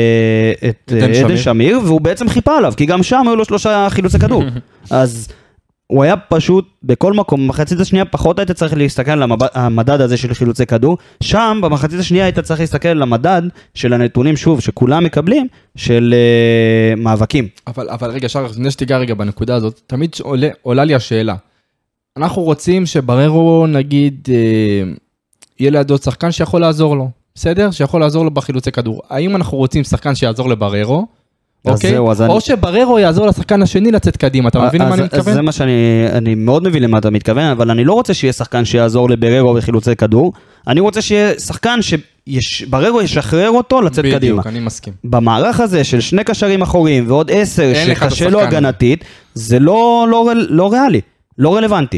A: עדן שמיר, והוא בעצם חיפה עליו, כי גם שם היו לו 3 חילוצי כדור. אז הוא היה פשוט בכל מקום, במחצית השנייה פחות היית צריך להסתכל על המדד הזה של חילוצי כדור, שם במחצית השנייה היית צריך להסתכל על המדד של הנתונים, שוב, שכולם מקבלים, של מאבקים.
B: אבל רגע, נשתיגע רגע בנקודה הזאת, תמיד עולה לי השאלה, אנחנו רוצים שבררו נגיד, יהיה לידו שחקן שיכול לעזור לו, בסדר? שיכול לעזור לו בחילוצי כדור. האם אנחנו רוצים שחקן שיעזור לבררו? אוקיי? או שבררו יעזור לשחקן השני לצאת קדימה, אתה מבין מה אני מתכוון?
A: זה מה שאני מאוד מבין למה אתה מתכוון, אבל אני לא רוצה שיהיה שחקן שיעזור לבררו בחילוצי כדור, אני רוצה שיהיה שחקן שבררו ישחרר אותו לצאת קדימה.
B: בדיוק, אני מסכים.
A: במערך הזה של 2 קשרים אחוריים ועוד 10 שקשה לו הגנתית, זה לא ריאלי, לא רלוונטי.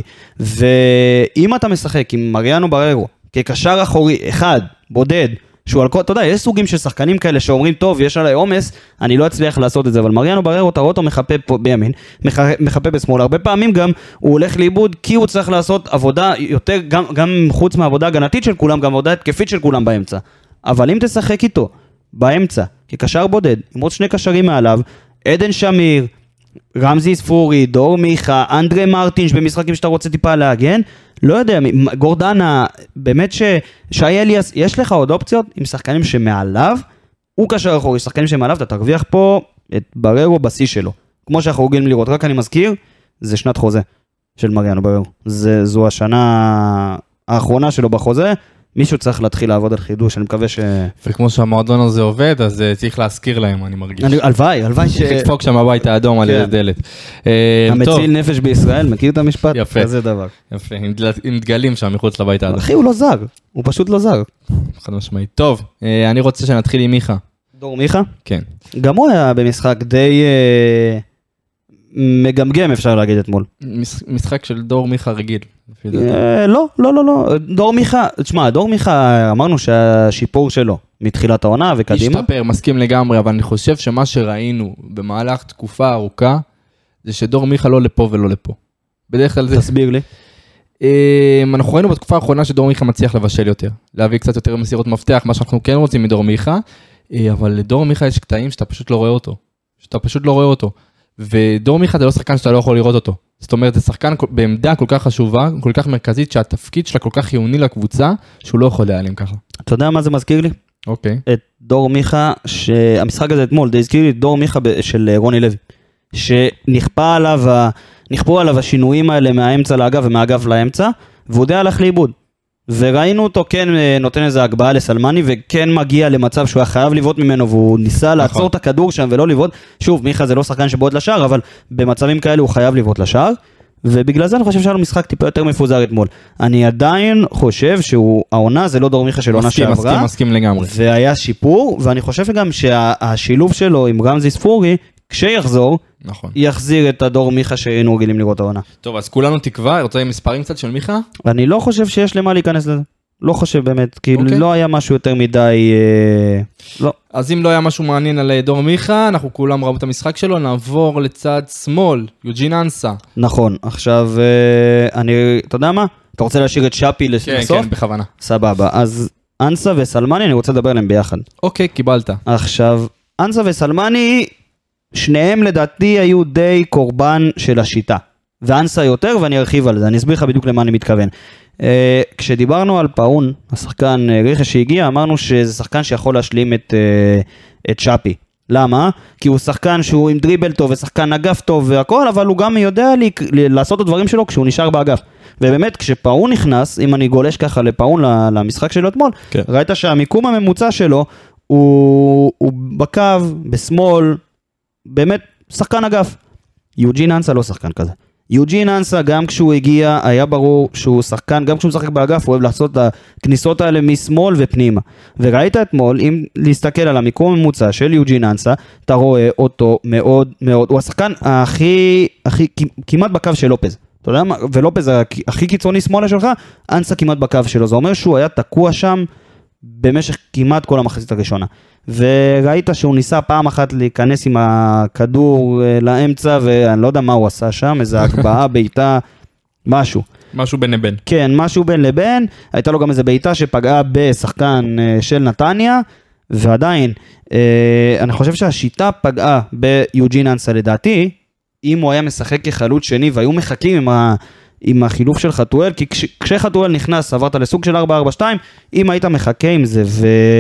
A: ואם אתה משחק עם מריאנו בררו כקשר אחורי, אחד, בודד, שהוא על כל, אתה יודע, יש סוגים של שחקנים כאלה שאומרים, טוב, יש עליי עומס, אני לא אצליח לעשות את זה, אבל מריאנו בררו, אתה רואה אותו מחפה פה בימין, מחפה בשמאל, הרבה פעמים גם הוא הולך לאיבוד, כי הוא צריך לעשות עבודה יותר, גם חוץ מהעבודה הגנתית של כולם, גם עבודה התקפית של כולם באמצע. אבל אם תשחק איתו, באמצע, כקשר בודד, עם עוד 2 קשרים מעליו, עדן שמיר, רמזי ספורי, דור מיכה, אנדרי מרטינש, במשחקים שאתה רוצה טיפה להגן, לא יודע, גורדנה, באמת שי אליאס, יש לך עוד אופציות עם שחקנים שמעליו, הוא קשר אחורי, שחקנים שמעליו, אתה תרוויח פה את בררו בשיא שלו. כמו שאנחנו רגילים לראות, רק אני מזכיר, זה שנת חוזה של מריאנו בררו. זו השנה האחרונה שלו בחוזה, מישהו צריך להתחיל לעבוד על חידוש, אני מקווה
B: וכמו שהמועדון הזה עובד, אז צריך להזכיר להם, אני מרגיש.
A: הלוואי
B: צריך לדפוק שם הבית האדום על ידי דלת.
A: המציל נפש בישראל, מכיר את המשפט?
B: יפה.
A: כזה דבר.
B: יפה, עם דגלים שם מחוץ לבית האדום.
A: אחי, הוא לא זר, הוא פשוט לא זר.
B: חד משמעית. טוב, אני רוצה שנתחיל עם מיכה.
A: דור מיכה?
B: כן.
A: גם הוא היה במשחק די מגמגם, אפשר להגיד אתמול.
B: משחק של דור מיכה רגיל.
A: לא. דור מיכה, תשמע, דור מיכה, אמרנו שהשיפור שלו מתחילת העונה וקדימה.
B: השתפר, מסכים לגמרי, אבל אני חושב שמה שראינו במהלך תקופה ארוכה, זה שדור מיכה לא לפה ולא לפה. בדרך כלל זה...
A: תסביר לי.
B: אנחנו ראינו בתקופה האחרונה שדור מיכה מצליח לבשל יותר, להביא קצת יותר מסירות מפתח, מה שאנחנו כן רוצים מדור מיכה, אבל לדור מיכה יש קטעים שאתה פשוט לא רואה אותו. ודור מיכה זה לא שחקן שאתה לא יכול לראות אותו. זאת אומרת, זה שחקן בעמדה כל כך חשובה, כל כך מרכזית, שהתפקיד שלה כל כך חיוני לקבוצה, שהוא לא יכול להיעלם ככה. אתה
A: יודע מה זה מזכיר לי?
B: אוקיי.
A: את דור מיכה, שהמשחק הזה אתמול, זה הזכיר לי את דור מיכה של רוני לוי, שנכפו עליו השינויים האלה מהאמצע לאגף ומהאגף לאמצע, והוא די הלך לאיבוד. וראינו אותו כן נותן איזו הגבהה לסלמני, וכן מגיע למצב שהוא היה חייב לבעוט ממנו, והוא ניסה לעצור את הכדור שם ולא לבעוט. שוב, מיכה זה לא שחקן שבעוט לשער, אבל במצבים כאלה הוא חייב לבעוט לשער, ובגלל זה אני חושב שהיה לו משחק טיפה יותר מפוזר אתמול. אני עדיין חושב שהעונה זה לא דור מיכה של עונה שעברה.
B: מסכים לגמרי.
A: והיה שיפור, ואני חושב גם שהשילוב שלו עם רמזי ספורי, כשיחזור,
B: נכון.
A: יחזיר את הדור מיכה שהיינו רגילים לראות העונה.
B: טוב, אז כולנו תקווה, רוצה עם מספרים קצת של מיכה?
A: אני לא חושב שיש למה להיכנס לזה. לא חושב באמת, כי לא היה משהו יותר מדי... לא.
B: אז אם לא היה משהו מעניין על דור מיכה, אנחנו כולם ראו את המשחק שלו, נעבור לצד שמאל, יוג'ין אנסה.
A: נכון, עכשיו, אתה יודע מה? אתה רוצה להשאיר את שפי לסוף?
B: כן, בכוונה.
A: סבבה, אז אנסה וסלמני, אני רוצה לדבר עליהם ביחד.
B: אוקיי, קיבלת.
A: עכשיו, אנסה וסלמני... שניהם לדעתי היו די קורבן של השיטה, ואנסה יותר, ואני ארחיב על זה, אני אסביר לך בדיוק למה אני מתכוון. כשדיברנו על פאון, השחקן רכש שהגיע, אמרנו שזה שחקן שיכול להשלים את שפי. למה? כי הוא שחקן שהוא עם דריבל טוב, ושחקן אגף טוב והכל, אבל הוא גם יודע לעשות את הדברים שלו כשהוא נשאר באגף. ובאמת, כשפאון נכנס, אם אני גולש ככה לפאון למשחק שלו אתמול, כן. ראית שהמיקום הממוצע שלו, הוא בקו, בשמאל, באמת, שחקן אגף. יוג'ין אנסה לא שחקן כזה. יוג'ין אנסה, גם כשהוא הגיע, היה ברור שהוא שחקן, גם כשהוא משחק באגף, הוא אוהב לעשות את הכניסות האלה משמאל ופנימה. וראית אתמול, אם להסתכל על המיקום הממוצע של יוג'ין אנסה, אתה רואה אותו מאוד מאוד, הוא השחקן הכי כמעט בקו של לופז. אתה יודע מה, ולופז הכי קיצוני שמאלה שלך, אנסה כמעט בקו שלו, זה אומר שהוא היה תקוע שם במשך כמעט כל המחצית הראשונה, וראית שהוא ניסה פעם אחת להיכנס עם הכדור לאמצע, ואני לא יודע מה הוא עשה שם, איזו הגבהה, בעיטה, משהו.
B: משהו בין לבין.
A: כן, משהו בין לבין, הייתה לו גם איזו בעיטה שפגעה בשחקן של נתניה, ועדיין, אני חושב שהשיטה פגעה ביוג'ין אנסה לדעתי, אם הוא היה משחק כחלוץ שני, והיו מחכים עם החילוף של חתואל, כי כשחתואל נכנס, עברת לסוג של 4-4-2, אם היית מחכה עם זה,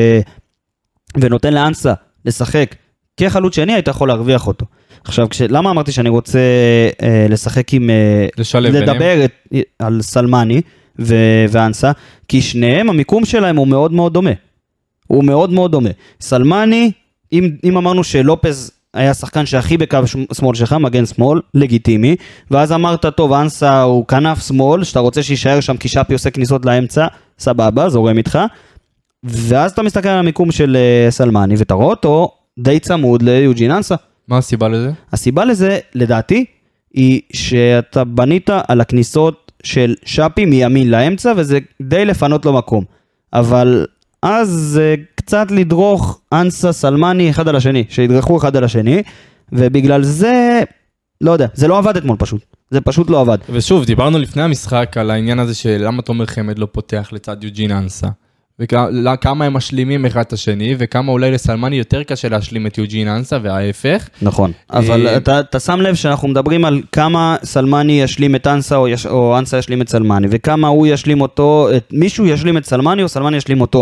A: ונותן לאנסה לשחק כחלוץ שני, היית יכול להרוויח אותו. עכשיו, למה אמרתי שאני רוצה לשחק עם, לדבר על סלמני ואנסה, כי שניהם, המיקום שלהם הוא מאוד מאוד דומה. הוא מאוד מאוד דומה. סלמני, אם אמרנו שלופז היה שחקן שהכי בקו שמאל שלך, מגן שמאל, לגיטימי, ואז אמרת, טוב, אנסה הוא כנף שמאל, שאתה רוצה שישאר שם, כי שפי עושה כניסות לאמצע, סבבה, זורם איתך, ואז אתה מסתכל על המיקום של סלמני, ואתה רואה אותו די צמוד ליוג'ין אנסה.
B: מה הסיבה לזה?
A: הסיבה לזה, לדעתי, היא שאתה בנית על הכניסות של שפי מימין לאמצע, וזה די לפנות לו מקום. אבל אז זה קצת לדרוך אנסה סלמני אחד על השני, שידרכו אחד על השני, ובגלל זה, לא יודע, זה לא עבד אתמול פשוט. זה פשוט לא עבד.
B: ושוב, דיברנו לפני המשחק על העניין הזה של למה תומר חמד לא פותח לצד יוג'ין אנסה. וכמה הם משלימים אחד את השני, וכמה אולי לסלמני יותר קשה להשלים את יוג'ין אנסה, וההפך.
A: נכון, אבל אתה שם לב שאנחנו מדברים על כמה סלמני ישלים את אנסה, או אנסה ישלים את סלמני, וכמה הוא ישלים אותו, מישהו ישלים את סלמני, או סלמני ישלים אותו.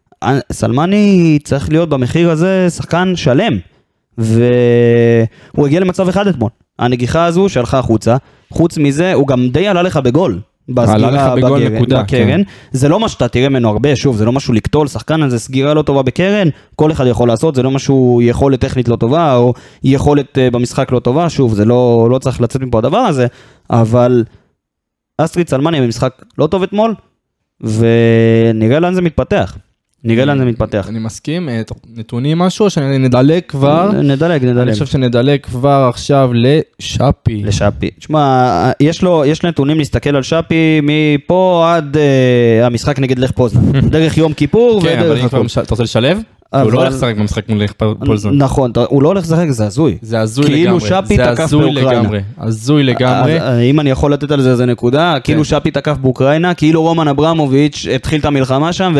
A: סלמני צריך להיות במחיר הזה שחקן שלם, והוא הגיע למצב אחד אתמול. הנגיחה הזו שהלכה החוצה, חוץ מזה, הוא גם די עלה לך בגול. בסגירה בקרן, זה לא מה שאתה תראה ממנו הרבה, שוב, זה לא משהו לקטול, שחקן הזה סגירה לא טובה בקרן, כל אחד יכול לעשות, זה לא משהו יכולת טכנית לא טובה, או יכולת במשחק לא טובה, שוב, זה לא צריך לצאת מפה הדבר הזה, אבל אסטריד סלמני במשחק לא טוב אתמול, ונראה לאן זה מתפתח.
B: אני מסכים, נתונים משהו, שנדלג כבר.
A: נדלג.
B: אני חושב שנדלג כבר עכשיו לשפי.
A: תשמע, יש נתונים להסתכל על שפי מפה עד המשחק נגד לך פוזנן. דרך יום כיפור ודרך הכל.
B: אתה רוצה לשלב? הוא לא הולך לשחק במשחק מול לך פוזנן.
A: נכון, הוא לא הולך לשחק, זה הזוי.
B: זה הזוי
A: כאילו שפי תקף באוקראינה.
B: הזוי לגמרי.
A: אם אני יכול לתת על זה איזה נקודה, כאילו שפי תקף באוקראינה, כאילו רומן אברמוביץ' התחיל את המלחמה שם,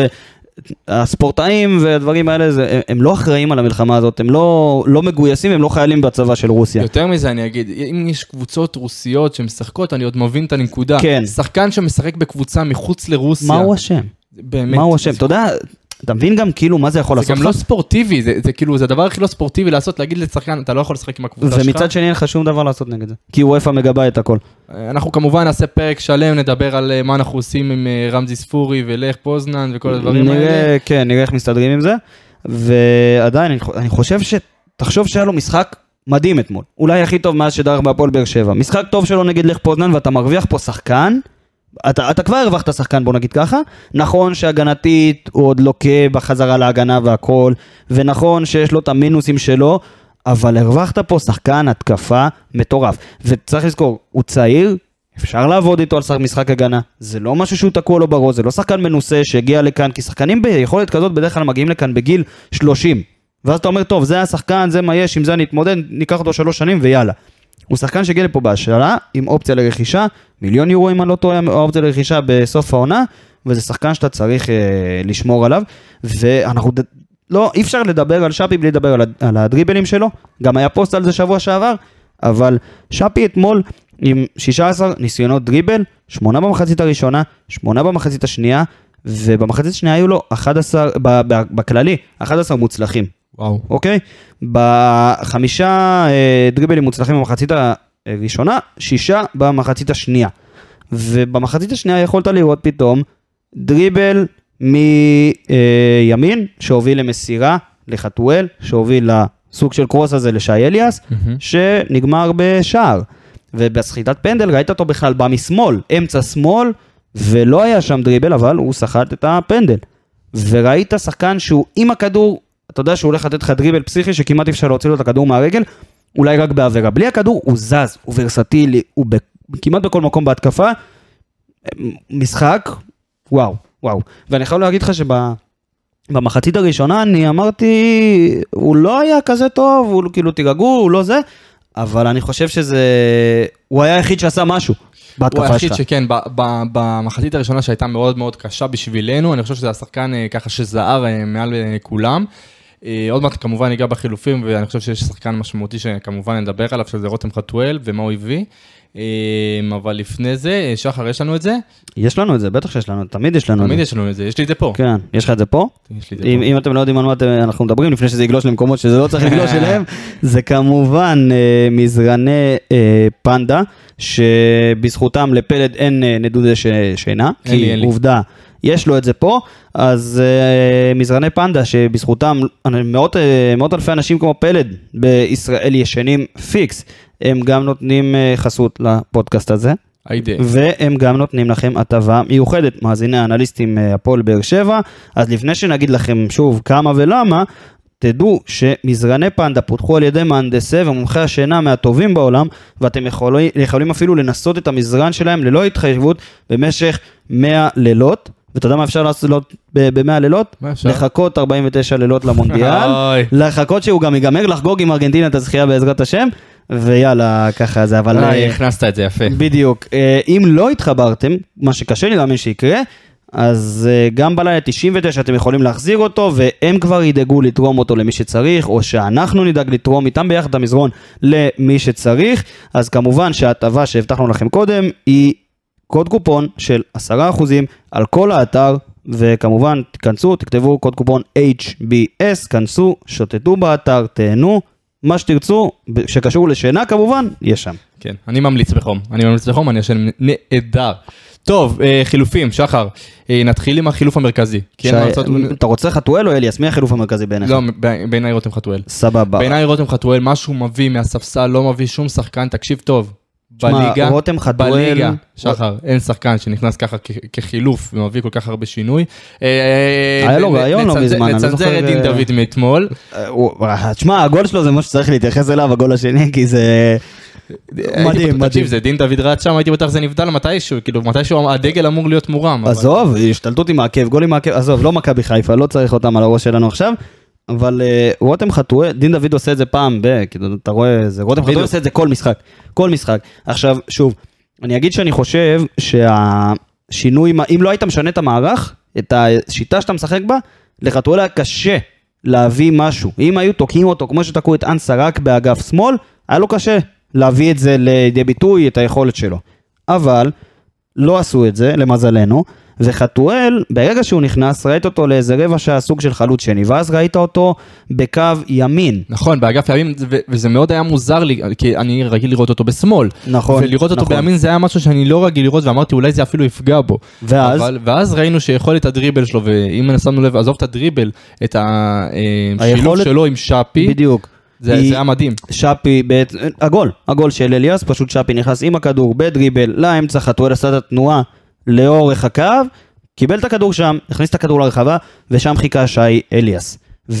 A: הספורטאים והדברים האלה, הם לא אחראים על המלחמה הזאת, הם לא מגויסים, הם לא חיילים בצבא של רוסיה.
B: יותר מזה אני אגיד, אם יש קבוצות רוסיות שמשחקות, אני עוד מבין את הנקודה.
A: כן.
B: שחקן שמשחק בקבוצה מחוץ לרוסיה.
A: מה הוא השם?
B: באמת.
A: מה הוא השם? אתה יודע, אתה מבין גם כאילו מה זה יכול לעשות?
B: זה גם לא ספורטיבי, זה כאילו, זה הדבר הכי לא ספורטיבי לעשות, להגיד לשחקן, אתה לא יכול לשחק עם הקבוצה שלך.
A: ומצד שני אין לך שום דבר לעשות נגד זה. כי וופא מגבה את הכל.
B: אנחנו כמובן נעשה פרק שלם, נדבר על מה אנחנו עושים עם רמזי ספורי ולך פוזנן וכל הדברים האלה.
A: כן, נראה איך מסתדרים עם זה. ועדיין, אני חושב תחשוב שהיה לו משחק מדהים אתמול. אולי הכי טוב מאז שדרך בהפועל באר שבע. משחק טוב שלו נגד לך פוזנן, ואתה מרוויח פה שחקן. אתה כבר הרווחת שחקן, בוא נגיד ככה. נכון שהגנתית הוא עוד לוקה בחזרה להגנה והכל, ונכון שיש לו את המינוסים שלו, אבל הרווחת פה שחקן התקפה מטורף. וצריך לזכור, הוא צעיר, אפשר לעבוד איתו על משחק הגנה. זה לא משהו שהוא תקוע לו בראש, זה לא שחקן מנוסה שהגיע לכאן, כי שחקנים ביכולת כזאת בדרך כלל מגיעים לכאן בגיל 30. ואז אתה אומר, טוב, זה השחקן, זה מה יש, עם זה אני אתמודד, ניקח אותו 3 שנים ויאללה. הוא שחקן שהגיע לפה בהשאלה, עם אופציה לרכישה, 1,000,000 יורו אם אני לא טועה, אופציה לרכישה בסוף העונה, וזה שחקן שאתה צריך לשמור עליו, ואנחנו, לא, אי אפשר לדבר על שפי בלי לדבר על הדריבלים שלו, גם היה פוסט על זה שבוע שעבר, אבל שפי אתמול עם 16 ניסיונות דריבל, 8 במחצית הראשונה, 8 במחצית השנייה, ובמחצית השנייה היו לו 11, בכללי, 11 מוצלחים.
B: וואו.
A: אוקיי? 5 דריבלים מוצלחים במחצית הראשונה, 6 במחצית השנייה. ובמחצית השנייה יכולת לראות פתאום דריבל מימין, שהוביל למסירה לחתואל, שהוביל לסוג של קרוס הזה לשי אליאס, שנגמר בשער. ובסחיטת פנדל ראית אותו בכלל בא משמאל, אמצע שמאל, ולא היה שם דריבל, אבל הוא שחט את הפנדל. וראית שחקן שהוא עם הכדור, אתה יודע שהוא הולך לתת לך דריבל פסיכי, שכמעט אפשר להוציא לו את הכדור מהרגל, אולי רק בעבירה. בלי הכדור הוא זז, הוא ורסטילי, הוא כמעט בכל מקום בהתקפה, משחק, וואו, וואו. ואני יכול להגיד לך במחצית הראשונה אני אמרתי, הוא לא היה כזה טוב, הוא כאילו תירגעו, הוא לא זה, אבל אני חושב הוא היה היחיד שעשה משהו בהתקפה שלך.
B: הוא היחיד שכן, במחצית הראשונה שהייתה מאוד מאוד קשה בשבילנו, אני חושב שזה השחקן ככה שזהר מעל כולם. עוד מעט כמובן ניגע בחילופים, ואני חושב שיש שחקן משמעותי שכמובן נדבר עליו, שזה רותם חתואל ומה הוא הביא. אבל לפני זה, שחר, יש לנו את זה?
A: יש לנו את זה, בטח שיש לנו, תמיד יש לנו את זה.
B: תמיד יש לנו את זה, יש לי את זה פה.
A: כן, יש לך את זה פה?
B: יש לי את זה פה.
A: אם אתם לא יודעים על מה אנחנו מדברים, לפני שזה יגלוש למקומות שזה לא צריך לגלוש אליהם, זה כמובן מזרני פנדה, שבזכותם לפלד אין נדודי שינה, כי עובדה, יש לו את זה פה, אז מזרני פנדה שבזכותם מאות אלפי אנשים כמו פלד בישראל ישנים פיקס, הם גם נותנים חסות לפודקאסט הזה, והם גם נותנים לכם הטבה מיוחדת, מאזיני האנליסטים הפועל באר שבע. אז לפני שנגיד לכם שוב כמה ולמה, תדעו שמזרני פנדה פותחו על ידי מהנדסי ומומחי השינה מהטובים בעולם, ואתם יכולים אפילו לנסות את המזרן שלהם ללא התחייבות במשך 100 לילות. ואתה יודע מה אפשר לעשות ב100 לילות? לחכות 49 לילות למונדיאל, לחכות שהוא גם ייגמר, לחגוג עם ארגנטינה את הזכייה בעזרת השם, ויאללה, ככה זה, אבל...
B: הכנסת את זה יפה.
A: בדיוק. אם לא התחברתם, מה שקשה לי להאמין שיקרה, אז גם בלילה 99 אתם יכולים להחזיר אותו, והם כבר ידאגו לתרום אותו למי שצריך, או שאנחנו נדאג לתרום איתם ביחד את המזרון למי שצריך. אז כמובן שההטבה שהבטחנו לכם קודם, היא קוד קופון של 10% על כל האתר, וכמובן תכנסו, תכתבו קוד קופון HBS, כנסו, שוטטו באתר, תהנו, מה שתרצו, שקשור לשינה כמובן, יש שם.
B: כן, אני ממליץ בחום, אני ישן נהדר. טוב, חילופים, שחר, נתחיל עם החילוף המרכזי.
A: אתה רוצה חתואל או אליאס? מי החילוף המרכזי בעיניך?
B: לא, בעיניי רותם חתואל.
A: סבבה.
B: בעיניי רותם חתואל, משהו מביא מהספסל, לא מביא שום שחקן, תקשיב טוב. בליגה, שחר, אין שחקן שנכנס ככה כחילוף ומביא כל כך הרבה שינוי.
A: היה לו רעיון לא מזמן.
B: נצנזר את דין דוד מאתמול.
A: תשמע, הגול שלו זה מה שצריך להתייחס אליו, הגול השני, כי זה מדהים.
B: תקשיב, זה דין דוד רץ שם, הייתי בטח זה נבדל מתישהו, כאילו מתישהו הדגל אמור להיות מורם.
A: עזוב, השתלטות עם העקב, גול עם העקב, עזוב, לא מכבי חיפה, לא צריך אותם על הראש שלנו עכשיו. אבל רותם חתואל, דין דוד עושה את זה פעם כאילו אתה רואה, רותם חתואל עושה את זה כל משחק. עכשיו, שוב, אני אגיד שאני חושב שהשינוי, אם לא היית משנה את המערך, את השיטה שאתה משחק בה, לחתואל היה קשה להביא משהו. אם היו תוקעים אותו, כמו שתקעו את אנסה רק באגף שמאל, היה לו קשה להביא את זה לידי ביטוי, את היכולת שלו. אבל לא עשו את זה, למזלנו, וחתואל, ברגע שהוא נכנס, ראית אותו לאיזה רבע שעה סוג של חלוץ שני, ואז ראית אותו בקו ימין.
B: נכון, באגף ימין, וזה מאוד היה מוזר לי, כי אני רגיל לראות אותו בשמאל.
A: נכון.
B: ולראות אותו בימין זה היה משהו שאני לא רגיל לראות, ואמרתי אולי זה אפילו יפגע בו. ואז ראינו שיכול את הדריבל שלו, ואם נסמנו לב, עזוב את הדריבל, את השילוב שלו עם שפי.
A: בדיוק.
B: זה היה מדהים.
A: שפי, הגול של אליאס, פשוט שפי נכנס עם הכדור בדריבל לאמצע, חתואל עשה את התנועה לאורך הקו, קיבל את הכדור שם, הכניס את הכדור לרחבה, ושם חיכה שי אליאס.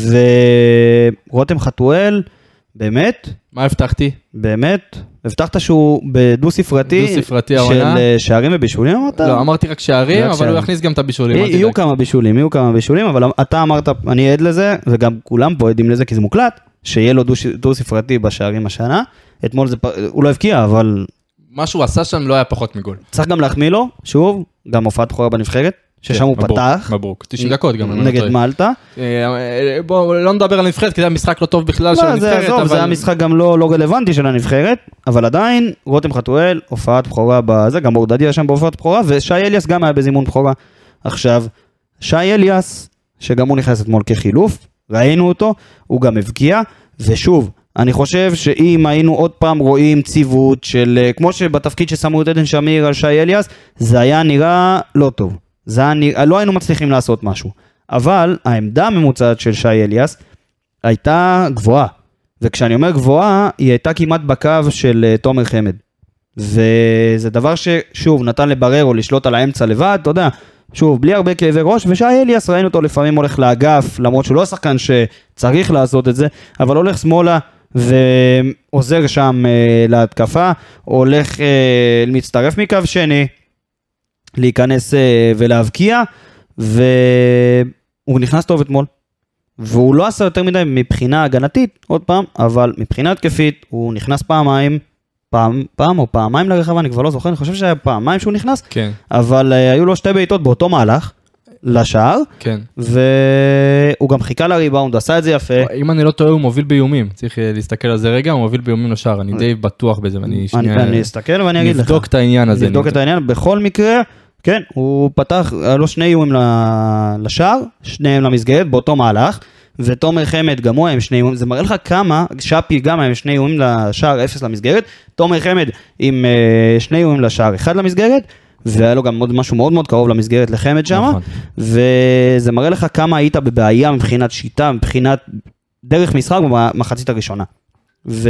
A: ורותם חתואל, באמת?
B: מה הבטחתי?
A: באמת? הבטחת שהוא בדו ספרתי של שערים ובישולים, אמרת?
B: לא, אמרתי רק שערים, אבל הוא יכניס גם את הבישולים.
A: יהיו כמה בישולים, אבל אתה אמרת, אני עד לזה, וגם כולם פה עדים לזה, כי זה מוקלט, שיהיה לו דו ספרתי בשערים השנה. אתמול הוא לא הבקיע, אבל...
B: מה שהוא עשה שם לא היה פחות מגול.
A: צריך גם להחמיא לו, שוב, גם הופעת בכורה בנבחרת, ששם הוא פתח.
B: מברוק, 90 דקות גם.
A: נגד מלטה.
B: בואו לא נדבר על הנבחרת, כי זה היה משחק לא טוב בכלל של הנבחרת.
A: זה היה משחק גם לא רלוונטי של הנבחרת, אבל עדיין, רותם חתואל, הופעת בכורה בזה, גם אורדדיה שם בהופעת בכורה, ושי אליאס גם היה בזימון בכורה. עכשיו, שי אליאס, שגם הוא נכנס אתמול כחילוף, ראינו אותו, הוא גם הבקיע, ושוב, אני חושב שאם היינו עוד פעם רואים ציוות של, כמו שבתפקיד ששמו את עדן שמיר על שי אליאס, זה היה נראה לא טוב. לא היינו מצליחים לעשות משהו. אבל העמדה הממוצעת של שי אליאס הייתה גבוהה. וכשאני אומר גבוהה, היא הייתה כמעט בקו של תומר חמד. וזה דבר ששוב נתן לברר או לשלוט על האמצע לבד, אתה יודע, שוב, בלי הרבה כאבי ראש, ושי אליאס ראינו אותו לפעמים הולך לאגף, למרות שהוא לא שחקן שצריך לעשות את זה, אבל הולך שמאלה ועוזר שם להתקפה, הולך מצטרף מקו שני, להיכנס ולהבקיע, והוא נכנס טוב אתמול, והוא לא עשה יותר מדי מבחינה הגנתית, עוד פעם, אבל מבחינה התקפית, הוא נכנס פעם או פעמיים לרחבה, אני כבר לא זוכר, אני חושב שהיה פעמיים שהוא נכנס,
B: כן.
A: אבל היו לו 2 בעיטות באותו מהלך, לשער,
B: כן.
A: והוא גם חיכה לריבאונד, עשה את זה יפה.
B: אם אני לא טועה, הוא מוביל באיומים, צריך להסתכל על זה רגע, הוא מוביל באיומים לשער, אני די בטוח בזה,
A: אני אסתכל ואני אגיד לך.
B: נבדוק את העניין הזה.
A: נבדוק את העניין, בכל מקרה, כן, הוא פתח, היה לו 2 איומים לשער, 2 למסגרת, באותו מהלך, ותומר חמד גם הוא היה עם 2 איומים, זה מראה לך כמה, שפי גם היה עם 2 איומים לשער, 0 למסגרת, תומר חמד עם 2 איומים לשער, 1 למסגרת, והיה לו גם משהו מאוד מאוד קרוב למסגרת לחמד שם, וזה מראה לך כמה היית בבעיה מבחינת שיטה, מבחינת דרך משחק במחצית הראשונה. וכל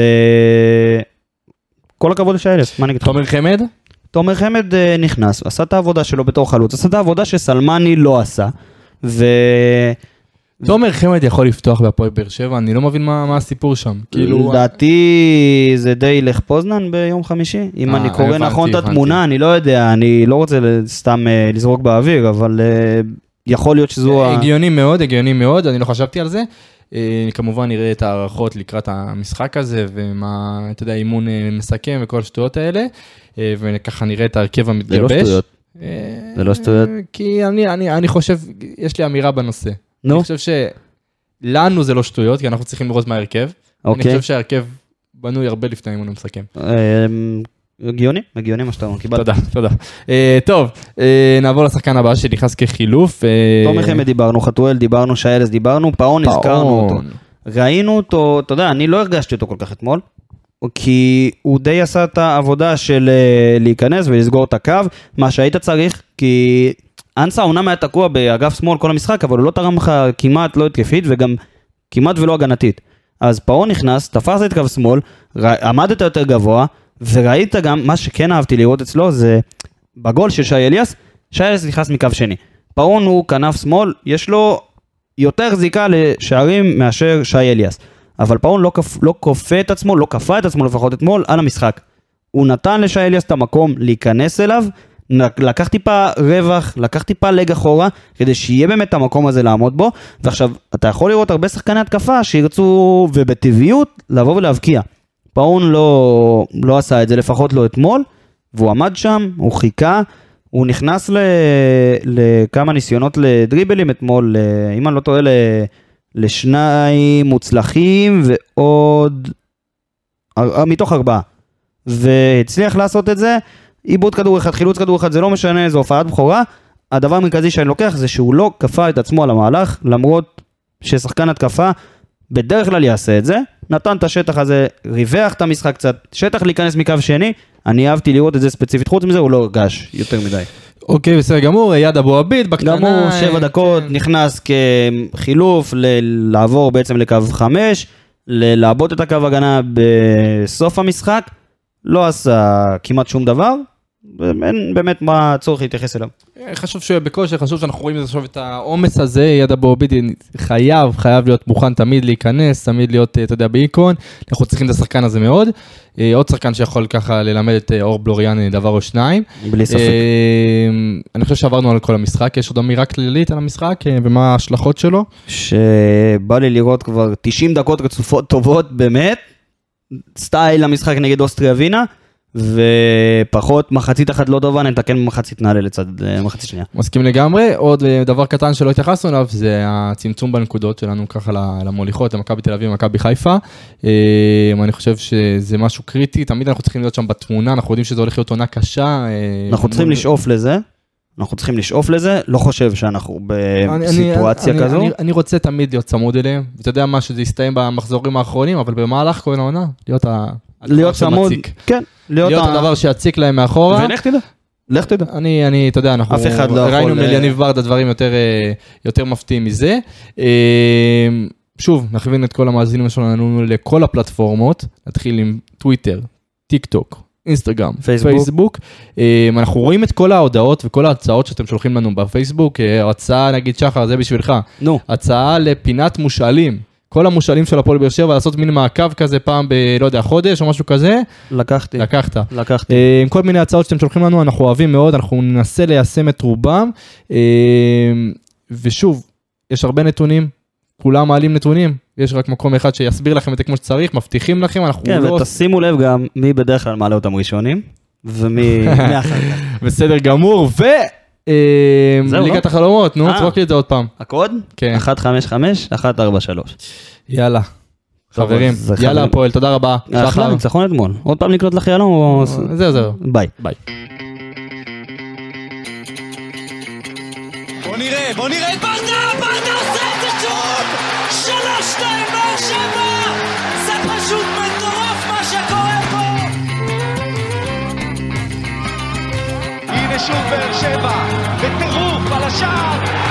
A: הכבוד לשאלס, מה נגיד?
B: תומר חמד?
A: תומר חמד נכנס, עשה את העבודה שלו בתור חלוץ, עשה את העבודה שסלמני לא עשה,
B: תומר חמד יכול לפתוח בהפועל באר שבע, אני לא מבין מה הסיפור שם.
A: לדעתי זה די לך פוזנן ביום חמישי, אם אני קורא נכון את התמונה, אני לא יודע, אני לא רוצה סתם לזרוק באוויר, אבל יכול להיות שזו...
B: הגיוני מאוד, אני לא חשבתי על זה. כמובן נראה את הערכות לקראת המשחק הזה, ומה, אתה יודע, אימון מסכם וכל השטויות האלה, וככה נראה את ההרכב המתגבש.
A: זה לא שטויות.
B: כי אני חושב, יש לי אמירה בנושא. אני חושב שלנו זה לא שטויות, כי אנחנו צריכים לראות מה ההרכב. אני חושב שההרכב בנוי הרבה לפני אימון המסכם.
A: הגיוני מה שאתה אומר, קיבלת.
B: תודה. טוב, נעבור לשחקן הבא שנכנס כחילוף.
A: תומר חמד דיברנו, חתואל דיברנו, שאלס דיברנו, פאון הזכרנו אותו. ראינו אותו, אתה יודע, אני לא הרגשתי אותו כל כך אתמול, כי הוא די עשה את העבודה של להיכנס ולסגור את הקו, מה שהיית צריך, כי אנסה אומנם היה תקוע באגף שמאל כל המשחק, אבל הוא לא תרם לך כמעט לא התקפית, וגם כמעט ולא הגנתית. אז פאון נכנס, תפס את קו שמאל, עמדת יותר גבוה, וראית גם, מה שכן אהבתי לראות אצלו, זה בגול של שי אליאס, שי אליאס נכנס מקו שני. פאון הוא כנף שמאל, יש לו יותר זיקה לשערים מאשר שי אליאס. אבל פאון לא כופה את עצמו, לא כפה את עצמו לפחות אתמול על המשחק. הוא נתן לשי אליאס את המקום להיכנס אליו, לקח טיפה רווח, לקח טיפה לג אחורה, כדי שיהיה באמת את המקום הזה לעמוד בו, ועכשיו אתה יכול לראות הרבה שחקני התקפה שירצו ובטבעיות לבוא ולהבקיע. פאון לא עשה את זה, לפחות לא אתמול, והוא עמד שם, הוא חיכה, הוא נכנס לכמה ניסיונות לדריבלים אתמול, אם אני לא טועה, לשניים מוצלחים ועוד מתוך 4, והצליח לעשות את זה, איבוד כדור אחד, חילוץ כדור אחד, זה לא משנה, זו הופעת בחורה, הדבר המרכזי שאני לוקח זה שהוא לא כפה את עצמו על המהלך, למרות ששחקן התקפה בדרך כלל יעשה את זה, נתן את השטח הזה, ריווח את המשחק קצת, שטח להיכנס מקו שני, אני אהבתי לראות את זה ספציפית, חוץ מזה הוא לא הרגש יותר מדי.
B: אוקיי, בסדר גמור, יד אבו עביד, בקטנה.
A: גם הוא 7 דקות, נכנס כחילוף, לעבור בעצם לקו 5, לעבוד את הקו הגנה בסוף המשחק, לא עשה כמעט שום דבר, באמת מה הצורך להתייחס אליו.
B: חשוב שבקושר, חשוב שאנחנו רואים את העומס הזה, יד אבו עביד חייב להיות מוכן תמיד להיכנס, תמיד להיות, אתה יודע, באיקון, אנחנו צריכים את השחקן הזה מאוד, עוד שחקן שיכול ככה ללמד את אור בלוריאן דבר או שניים.
A: בלי ספק.
B: אני חושב שעברנו על כל המשחק, יש עוד אמירה כללית על המשחק, ומה ההשלכות שלו?
A: שבא לי לראות כבר 90 דקות רצופות טובות באמת, סטייל המשחק נגד אוסטריה ווינה, ופחות מחצית אחת לא טובה, נתקן במחצית נעלה לצד מחצית שנייה.
B: מסכים לגמרי, עוד דבר קטן שלא התייחסנו אליו, זה הצמצום בנקודות שלנו ככה למוליכות, למכבי תל אביב, למכבי חיפה, אני חושב שזה משהו קריטי, תמיד אנחנו צריכים להיות שם בתמונה, אנחנו יודעים שזה הולך להיות עונה קשה.
A: אנחנו צריכים לשאוף לזה, לא חושב שאנחנו בסיטואציה כזו.
B: אני רוצה תמיד להיות צמוד אליהם, ואתה יודע מה שזה יסתיים במחזורים האחרונים, אבל במהלך כל העונה,
A: להיות צמוד, כן.
B: להיות הדבר שיציק להם מאחורה.
A: ולך תדע.
B: אני, אתה יודע, אנחנו ראינו מיליאניב ברדה דברים יותר מפתיעים מזה. שוב, נכווין את כל המאזינים שלנו לכל הפלטפורמות, נתחיל עם טוויטר, טיק טוק, אינסטגרם, פייסבוק. אנחנו רואים את כל ההודעות וכל ההצעות שאתם שולחים לנו בפייסבוק, הצעה, נגיד שחר, זה בשבילך. הצעה לפינת מושאלים. כל המושאלים של הפועל באר שבע, לעשות מין מעקב כזה פעם לא יודע, חודש או משהו כזה.
A: לקחתי.
B: עם כל מיני הצעות שאתם שולחים לנו, אנחנו אוהבים מאוד, אנחנו ננסה ליישם את רובם, ושוב, יש הרבה נתונים, כולם מעלים נתונים, יש רק מקום אחד שיסביר לכם את זה כמו שצריך, מבטיחים לכם, אנחנו
A: כן, ותשימו לב גם מי בדרך כלל מעלה אותם ראשונים, ומי אחר כך.
B: בסדר גמור, ליגת החלומות, נו, תזרוק לי את זה עוד פעם.
A: הקוד?
B: כן.
A: 155-143.
B: יאללה. חברים, יאללה הפועל, תודה רבה.
A: אחלה, ניצחון אתמול. עוד פעם לקנות לך יאללה או...
B: זהו.
A: ביי.
C: בוא נראה את ברדה עושה את זה שוב! 3-2 באר שבע! זה פשוט מטורף מה שקורה פה! הנה שוב באר שבע, בטירוף על השער,